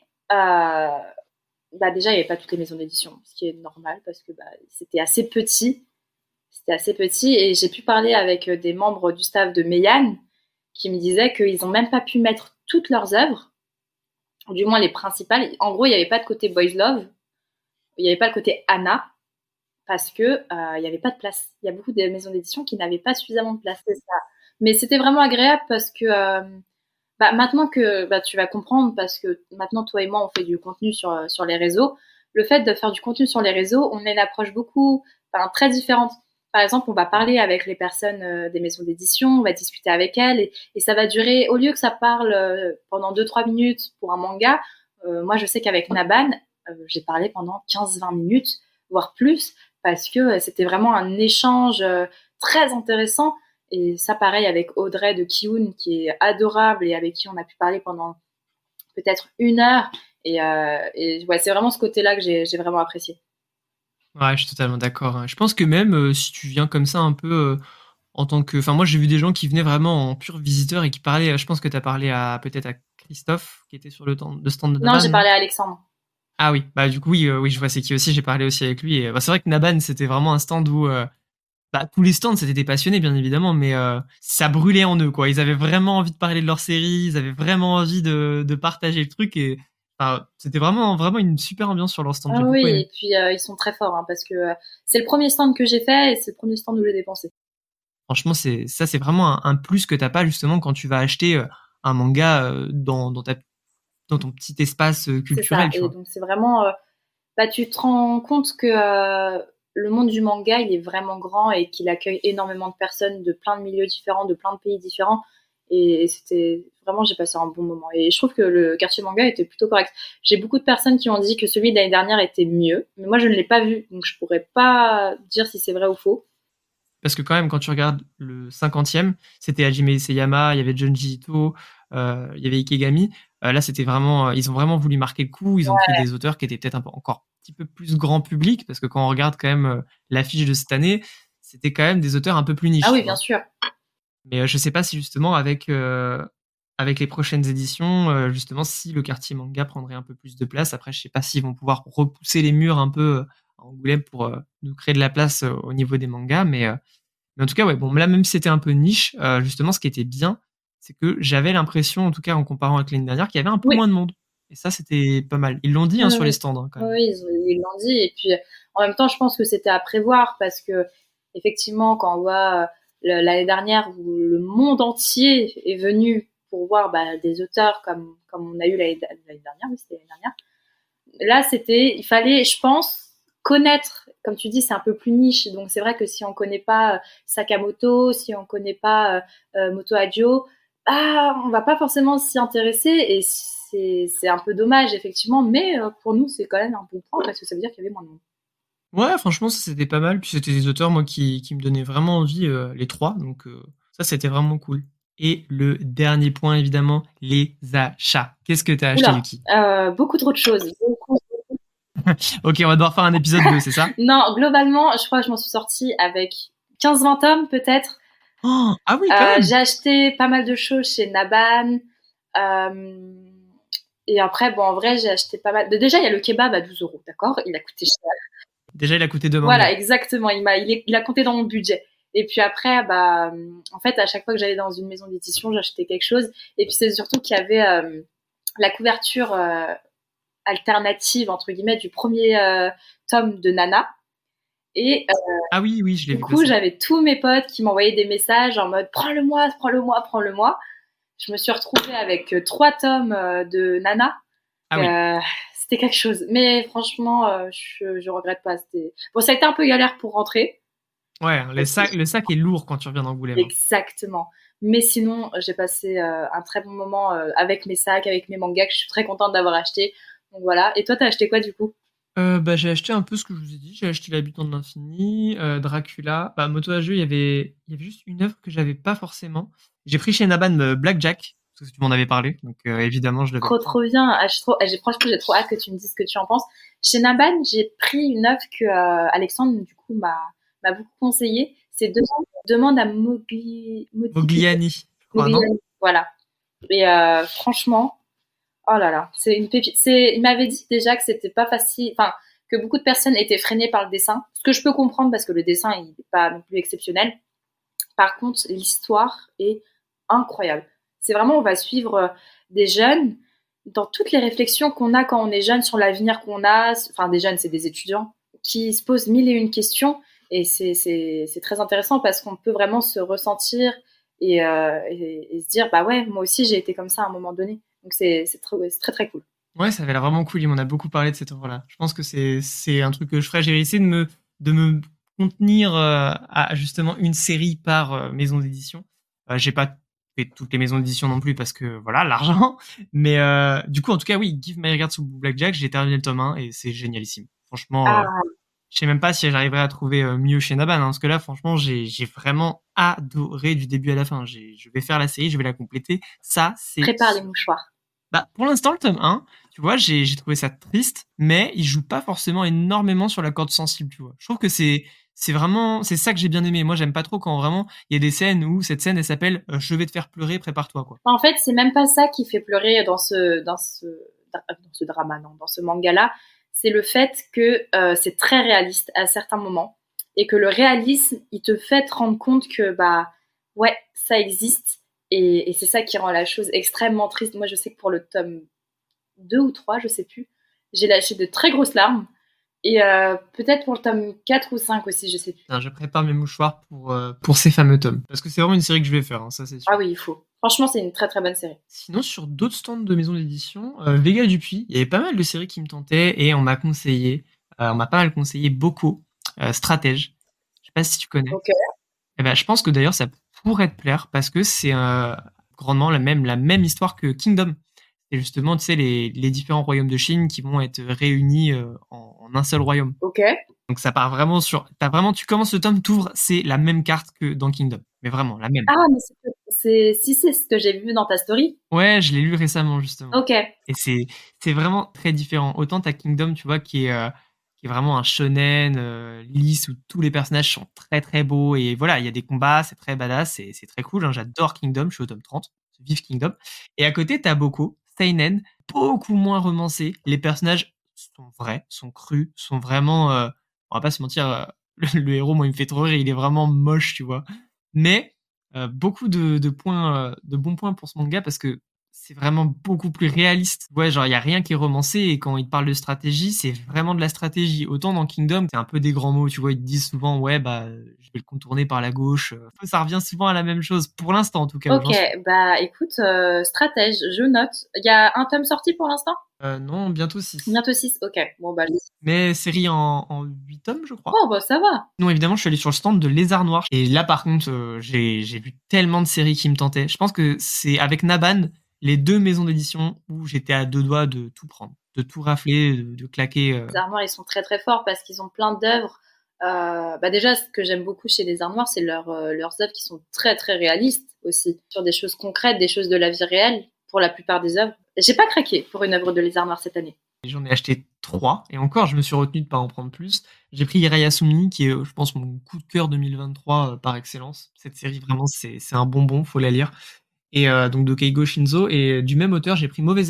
bah, déjà, il n'y avait pas toutes les maisons d'édition, ce qui est normal parce que bah, c'était assez petit. C'était assez petit et j'ai pu parler avec des membres du staff de Meian qui me disaient qu'ils n'ont même pas pu mettre toutes leurs œuvres, ou du moins les principales. En gros, il n'y avait pas de côté Boys Love, il n'y avait pas le côté Anna, parce que il n'y avait pas de place. Il y a beaucoup de maisons d'édition qui n'avaient pas suffisamment de place, c'est ça. Mais c'était vraiment agréable parce que bah, maintenant que bah, tu vas comprendre, parce que maintenant toi et moi on fait du contenu sur les réseaux, le fait de faire du contenu sur les réseaux, on a une approche beaucoup, enfin, très différente. Par exemple, on va parler avec les personnes des maisons d'édition, on va discuter avec elles, et ça va durer, au lieu que ça parle pendant 2-3 minutes pour un manga, moi je sais qu'avec Naban, j'ai parlé pendant 15-20 minutes, voire plus, parce que c'était vraiment un échange très intéressant. Et ça, pareil, avec Audrey de Kiun, qui est adorable et avec qui on a pu parler pendant peut-être 1 heure. Et ouais, c'est vraiment ce côté-là que j'ai vraiment apprécié. Ouais, je suis totalement d'accord. Hein. Je pense que même si tu viens comme ça un peu en tant que... Enfin, moi, j'ai vu des gens qui venaient vraiment en pur visiteur et qui parlaient... Je pense que tu as parlé peut-être à Christophe, qui était sur le stand de Non, Naban, j'ai non? parlé à Alexandre. Ah oui, bah du coup, oui, oui, je vois c'est qui aussi. J'ai parlé aussi avec lui. Et, bah, c'est vrai que Naban, c'était vraiment un stand où... bah, tous les stands, c'était des passionnés, bien évidemment, mais ça brûlait en eux, quoi. Ils avaient vraiment envie de parler de leur série, ils avaient vraiment envie de partager le truc, et enfin, c'était vraiment, vraiment une super ambiance sur leur stand. Ah J'ai oui, beaucoup et aimé. puis ils sont très forts, hein, parce que c'est le premier stand que j'ai fait et c'est le premier stand où j'ai dépensé. Franchement, c'est vraiment un plus que t'as pas justement quand tu vas acheter un manga dans ton petit espace C'est ça. culturel, tu Et vois. donc c'est vraiment, bah, tu te rends compte que le monde du manga, il est vraiment grand et qu'il accueille énormément de personnes de plein de milieux différents, de plein de pays différents. Et c'était vraiment, j'ai passé un bon moment. Et je trouve que le quartier manga était plutôt correct. J'ai beaucoup de personnes qui ont dit que celui de l'année dernière était mieux, mais moi je ne l'ai pas vu, donc je pourrais pas dire si c'est vrai ou faux. Parce que quand même, quand tu regardes le 50e, c'était Hajime Isayama, il y avait Junji Ito, il y avait Ikegami. Là, c'était vraiment, ils ont vraiment voulu marquer le coup. Ils ont pris des auteurs qui étaient peut-être encore un petit peu plus grand public, parce que quand on regarde quand même l'affiche de cette année, c'était quand même des auteurs un peu plus Ah niches, oui, tu bien vois. sûr. Mais je sais pas si justement avec les prochaines éditions, justement, si le quartier manga prendrait un peu plus de place. Après, je sais pas s'ils vont pouvoir repousser les murs un peu à Angoulême pour nous créer de la place au niveau des mangas, mais en tout cas, ouais, bon, là, même si c'était un peu niche, justement, ce qui était bien, c'est que j'avais l'impression, en tout cas en comparant avec l'année dernière, qu'il y avait un peu Oui, moins de monde. Et ça, c'était pas mal. Ils l'ont dit oui, hein, sur les oui. stands, hein, quand Oui, même. oui, ils l'ont dit. Et puis, en même temps, je pense que c'était à prévoir parce que, effectivement, quand on voit l'année dernière où le monde entier est venu pour voir bah, des auteurs comme on a eu l'année dernière, oui, c'était l'année dernière. Là, il fallait, je pense, connaître. Comme tu dis, c'est un peu plus niche. Donc, c'est vrai que si on connaît pas Sakamoto, si on connaît pas Moto Hagio, bah, on va pas forcément s'y intéresser. Et c'est un peu dommage, effectivement. Mais pour nous, c'est quand même un bon point parce que ça veut dire qu'il y avait moins de monde. Ouais, franchement, ça, c'était pas mal. Puis c'était des auteurs, moi, qui me donnaient vraiment envie, les trois. Donc, ça, c'était vraiment cool. Et le dernier point, évidemment, les achats. Qu'est-ce que t'as acheté, Oula, Yuki? beaucoup trop de choses. Beaucoup. Ok, on va devoir faire un épisode 2, c'est ça? Non, globalement, je crois que je m'en suis sortie avec 15-20 tomes, peut-être. Oh, ah oui, quand même! J'ai acheté pas mal de choses chez Naban. Euh, et après, bon, en vrai, j'ai acheté pas mal. Déjà, il y a le kebab à 12 euros, d'accord? Il a coûté cher. Déjà, il a coûté 2 Voilà, mangas. exactement. Il a compté dans mon budget. Et puis après, en fait, à chaque fois que j'allais dans une maison d'édition, j'achetais quelque chose. Et puis c'est surtout qu'il y avait la couverture alternative entre guillemets du premier tome de Nana. Et Ah oui, oui, je l'ai du vu coup, passer. j'avais tous mes potes qui m'envoyaient des messages en mode prends-le-moi, prends-le-moi, prends-le-moi. Je me suis retrouvée avec 3 tomes de Nana. Ah oui. Euh, C'était quelque chose. Mais franchement, je regrette pas. Bon, ça a été un peu galère pour rentrer. Ouais, le sac est lourd quand tu reviens d'Angoulême, hein. Exactement. Mais sinon, j'ai passé un très bon moment avec mes sacs, avec mes mangas que je suis très contente d'avoir acheté. Donc voilà. Et toi, t'as acheté quoi du coup? Bah, j'ai acheté un peu ce que je vous ai dit. J'ai acheté L'Habitant de l'Infini, Dracula. Bah, Moto à jeu, il y avait juste une œuvre que j'avais pas forcément. J'ai pris chez Naban Blackjack, parce que tu m'en avais parlé, donc évidemment, je devais le Trop prendre. trop bien. Franchement, j'ai trop hâte que tu me dises ce que tu en penses. Chez Naban, j'ai pris une œuvre que Alexandre du coup m'a beaucoup conseillé. C'est Demande à Modigliani. Mogliani, je crois, non? Modigliani. Voilà. Et franchement, oh là là, c'est une pépite. Il m'avait dit déjà que c'était pas facile, enfin, que beaucoup de personnes étaient freinées par le dessin. Ce que je peux comprendre parce que le dessin, il n'est pas non plus exceptionnel. Par contre, l'histoire est incroyable. C'est vraiment, on va suivre des jeunes dans toutes les réflexions qu'on a quand on est jeune sur l'avenir qu'on a. Enfin, des jeunes, c'est des étudiants qui se posent mille et une questions. Et c'est très intéressant parce qu'on peut vraiment se ressentir et se dire, bah ouais, moi aussi j'ai été comme ça à un moment donné. Donc c'est très très cool. Ouais, ça avait l'air vraiment cool. Il m'en a beaucoup parlé de cette œuvre-là. Je pense que c'est un truc que je ferais. J'ai essayé de me contenir à justement une série par maison d'édition. J'ai pas fait toutes les maisons d'édition non plus parce que voilà, l'argent. Mais du coup, en tout cas, oui, Give My Regards to Blackjack, j'ai terminé le tome 1 et c'est génialissime. Franchement, Ah, je sais même pas si j'arriverai à trouver mieux chez Naban, hein, parce que là, franchement, j'ai vraiment adoré du début à la fin. Je vais faire la série, je vais la compléter. Ça, c'est prépare les mouchoirs. bah, pour l'instant, le tome 1, tu vois, j'ai trouvé ça triste, mais il joue pas forcément énormément sur la corde sensible, tu vois. Je trouve que c'est vraiment, c'est ça que j'ai bien aimé. Moi, j'aime pas trop quand vraiment il y a des scènes où cette scène, elle s'appelle Je vais te faire pleurer, prépare-toi, quoi. En fait, c'est même pas ça qui fait pleurer dans ce drama, non, dans ce manga-là. C'est le fait que c'est très réaliste à certains moments et que le réalisme, il te fait te rendre compte que bah ouais, ça existe et c'est ça qui rend la chose extrêmement triste. Moi, je sais que pour le tome 2 ou 3, je sais plus, j'ai lâché de très grosses larmes et peut-être pour le tome 4 ou 5 aussi, je sais plus. Putain, je prépare mes mouchoirs pour ces fameux tomes. Parce que c'est vraiment une série que je vais faire, hein, ça c'est Ah sûr. oui, il faut. Franchement, c'est une très très bonne série. Sinon, sur d'autres stands de maisons d'édition, Vega Dupuis, il y avait pas mal de séries qui me tentaient et on m'a pas mal conseillé Boko, Stratège. Je sais pas si tu connais. Ok. Eh ben, je pense que d'ailleurs ça pourrait te plaire parce que c'est grandement la même histoire que Kingdom. C'est justement, tu sais, les différents royaumes de Chine qui vont être réunis en un seul royaume. Ok. Donc ça part vraiment tu commences le tome, t'ouvres, c'est la même carte que dans Kingdom. Mais vraiment, la même. Ah, mais si c'est ce que j'ai vu dans ta story. Ouais, je l'ai lu récemment, justement. Ok. Et c'est vraiment très différent. Autant t'as Kingdom, tu vois, qui est vraiment un shonen lisse où tous les personnages sont très très beaux et voilà, il y a des combats, c'est très badass, c'est très cool, hein. J'adore Kingdom, je suis au tome 30, vive Kingdom. Et à côté, t'as Boko, seinen, beaucoup moins romancé. Les personnages sont vrais, sont crus, sont vraiment, on va pas se mentir, le héros, moi, il me fait trop rire, il est vraiment moche, tu vois. Mais beaucoup de bons points pour ce manga parce que c'est vraiment beaucoup plus réaliste. Ouais, genre, il y a rien qui est romancé et quand ils parlent de stratégie, c'est vraiment de la stratégie. Autant dans Kingdom, c'est un peu des grands mots, tu vois, ils te disent souvent, ouais, bah, je vais le contourner par la gauche. Ça revient souvent à la même chose, pour l'instant en tout cas. Ok, bah écoute, stratège, je note. Il y a un tome sorti pour l'instant? Non, bientôt 6. Bientôt 6. Ok, bon bah. Mais série en 8 tomes, je crois. Oh bah ça va. Non, évidemment, je suis allé sur le stand de Lézard Noir. Et là, par contre, j'ai vu tellement de séries qui me tentaient. Je pense que c'est avec Naban, les deux maisons d'édition où j'étais à deux doigts de tout prendre, de tout rafler, de claquer. Les armoires, ils sont très très forts parce qu'ils ont plein d'œuvres. Bah déjà, ce que j'aime beaucoup chez les armoires, c'est leurs œuvres qui sont très très réalistes aussi, sur des choses concrètes, des choses de la vie réelle pour la plupart des œuvres. J'ai pas craqué pour une œuvre de Les Arts cette année. J'en ai acheté 3 et encore, je me suis retenu de pas en prendre plus. J'ai pris Hirayasumi, qui est, je pense, mon coup de cœur 2023 par excellence. Cette série, vraiment, c'est un bonbon, faut la lire. Et donc de Keigo Shinzo. Et du même auteur, j'ai pris Mauvaise Herbe.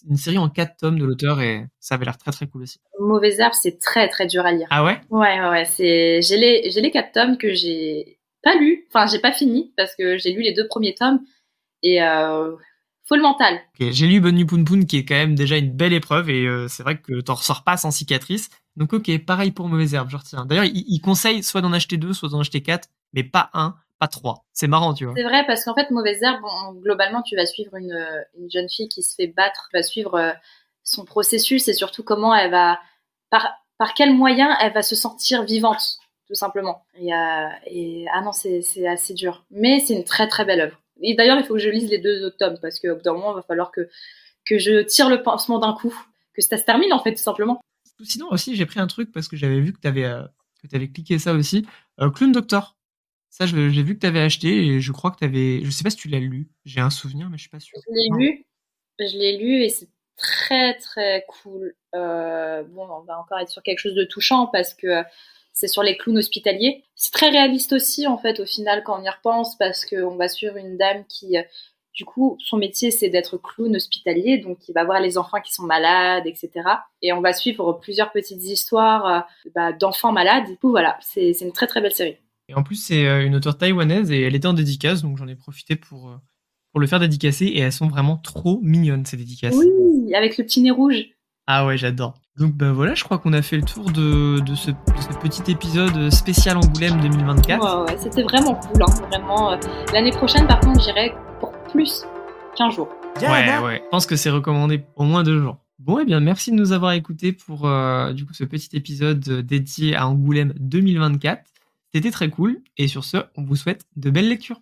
une série en 4 tomes de l'auteur et ça avait l'air très très cool aussi. Mauvaises herbes, c'est très très dur à lire. Ah ouais? Ouais. J'ai les 4 tomes que j'ai pas lus. Enfin, j'ai pas fini parce que j'ai lu les 2 premiers tomes et faut le mental. Okay. J'ai lu Bonne Nuit Poun Poun qui est quand même déjà une belle épreuve et c'est vrai que t'en ressors pas sans cicatrice. Donc ok, pareil pour Mauvaise Herbe, je retiens. D'ailleurs, il conseille soit d'en acheter 2, soit d'en acheter 4, mais pas 1, pas 3. C'est marrant, tu vois. C'est vrai parce qu'en fait, Mauvaise Herbe, globalement, tu vas suivre une jeune fille qui se fait battre, tu vas suivre son processus et surtout comment elle va, par quels moyens elle va se sentir vivante, tout simplement. Et ah non, c'est assez dur. Mais c'est une très très belle œuvre. Et d'ailleurs, il faut que je lise les 2 autres tomes parce qu'au bout d'un moment, il va falloir que je tire le pansement d'un coup, que ça se termine en fait, tout simplement. Sinon aussi, j'ai pris un truc parce que j'avais vu que t'avais cliqué ça aussi. Clown Doctor. Ça, j'ai vu que t'avais acheté et je crois que t'avais. Je sais pas si tu l'as lu. J'ai un souvenir, mais je suis pas sûr. Je l'ai lu et c'est très très cool. Bon, on va encore être sur quelque chose de touchant parce que c'est sur les clowns hospitaliers. C'est très réaliste aussi en fait au final quand on y repense parce qu'on va suivre une dame qui, du coup, son métier c'est d'être clown hospitalier, donc il va voir les enfants qui sont malades, etc. Et on va suivre plusieurs petites histoires d'enfants malades. Du coup, voilà, c'est une très très belle série. Et en plus, c'est une auteure taïwanaise et elle était en dédicace, donc j'en ai profité pour le faire dédicacer et elles sont vraiment trop mignonnes ces dédicaces. Oui, avec le petit nez rouge. Ah ouais, j'adore. Donc bah voilà, je crois qu'on a fait le tour de ce petit épisode spécial Angoulême 2024. Ouais, c'était vraiment cool, hein, vraiment. L'année prochaine, par contre, j'irai pour plus qu'1 jour. Ouais, je pense que c'est recommandé au moins 2 jours. Bon, eh bien, merci de nous avoir écoutés pour du coup ce petit épisode dédié à Angoulême 2024. C'était très cool et sur ce, on vous souhaite de belles lectures.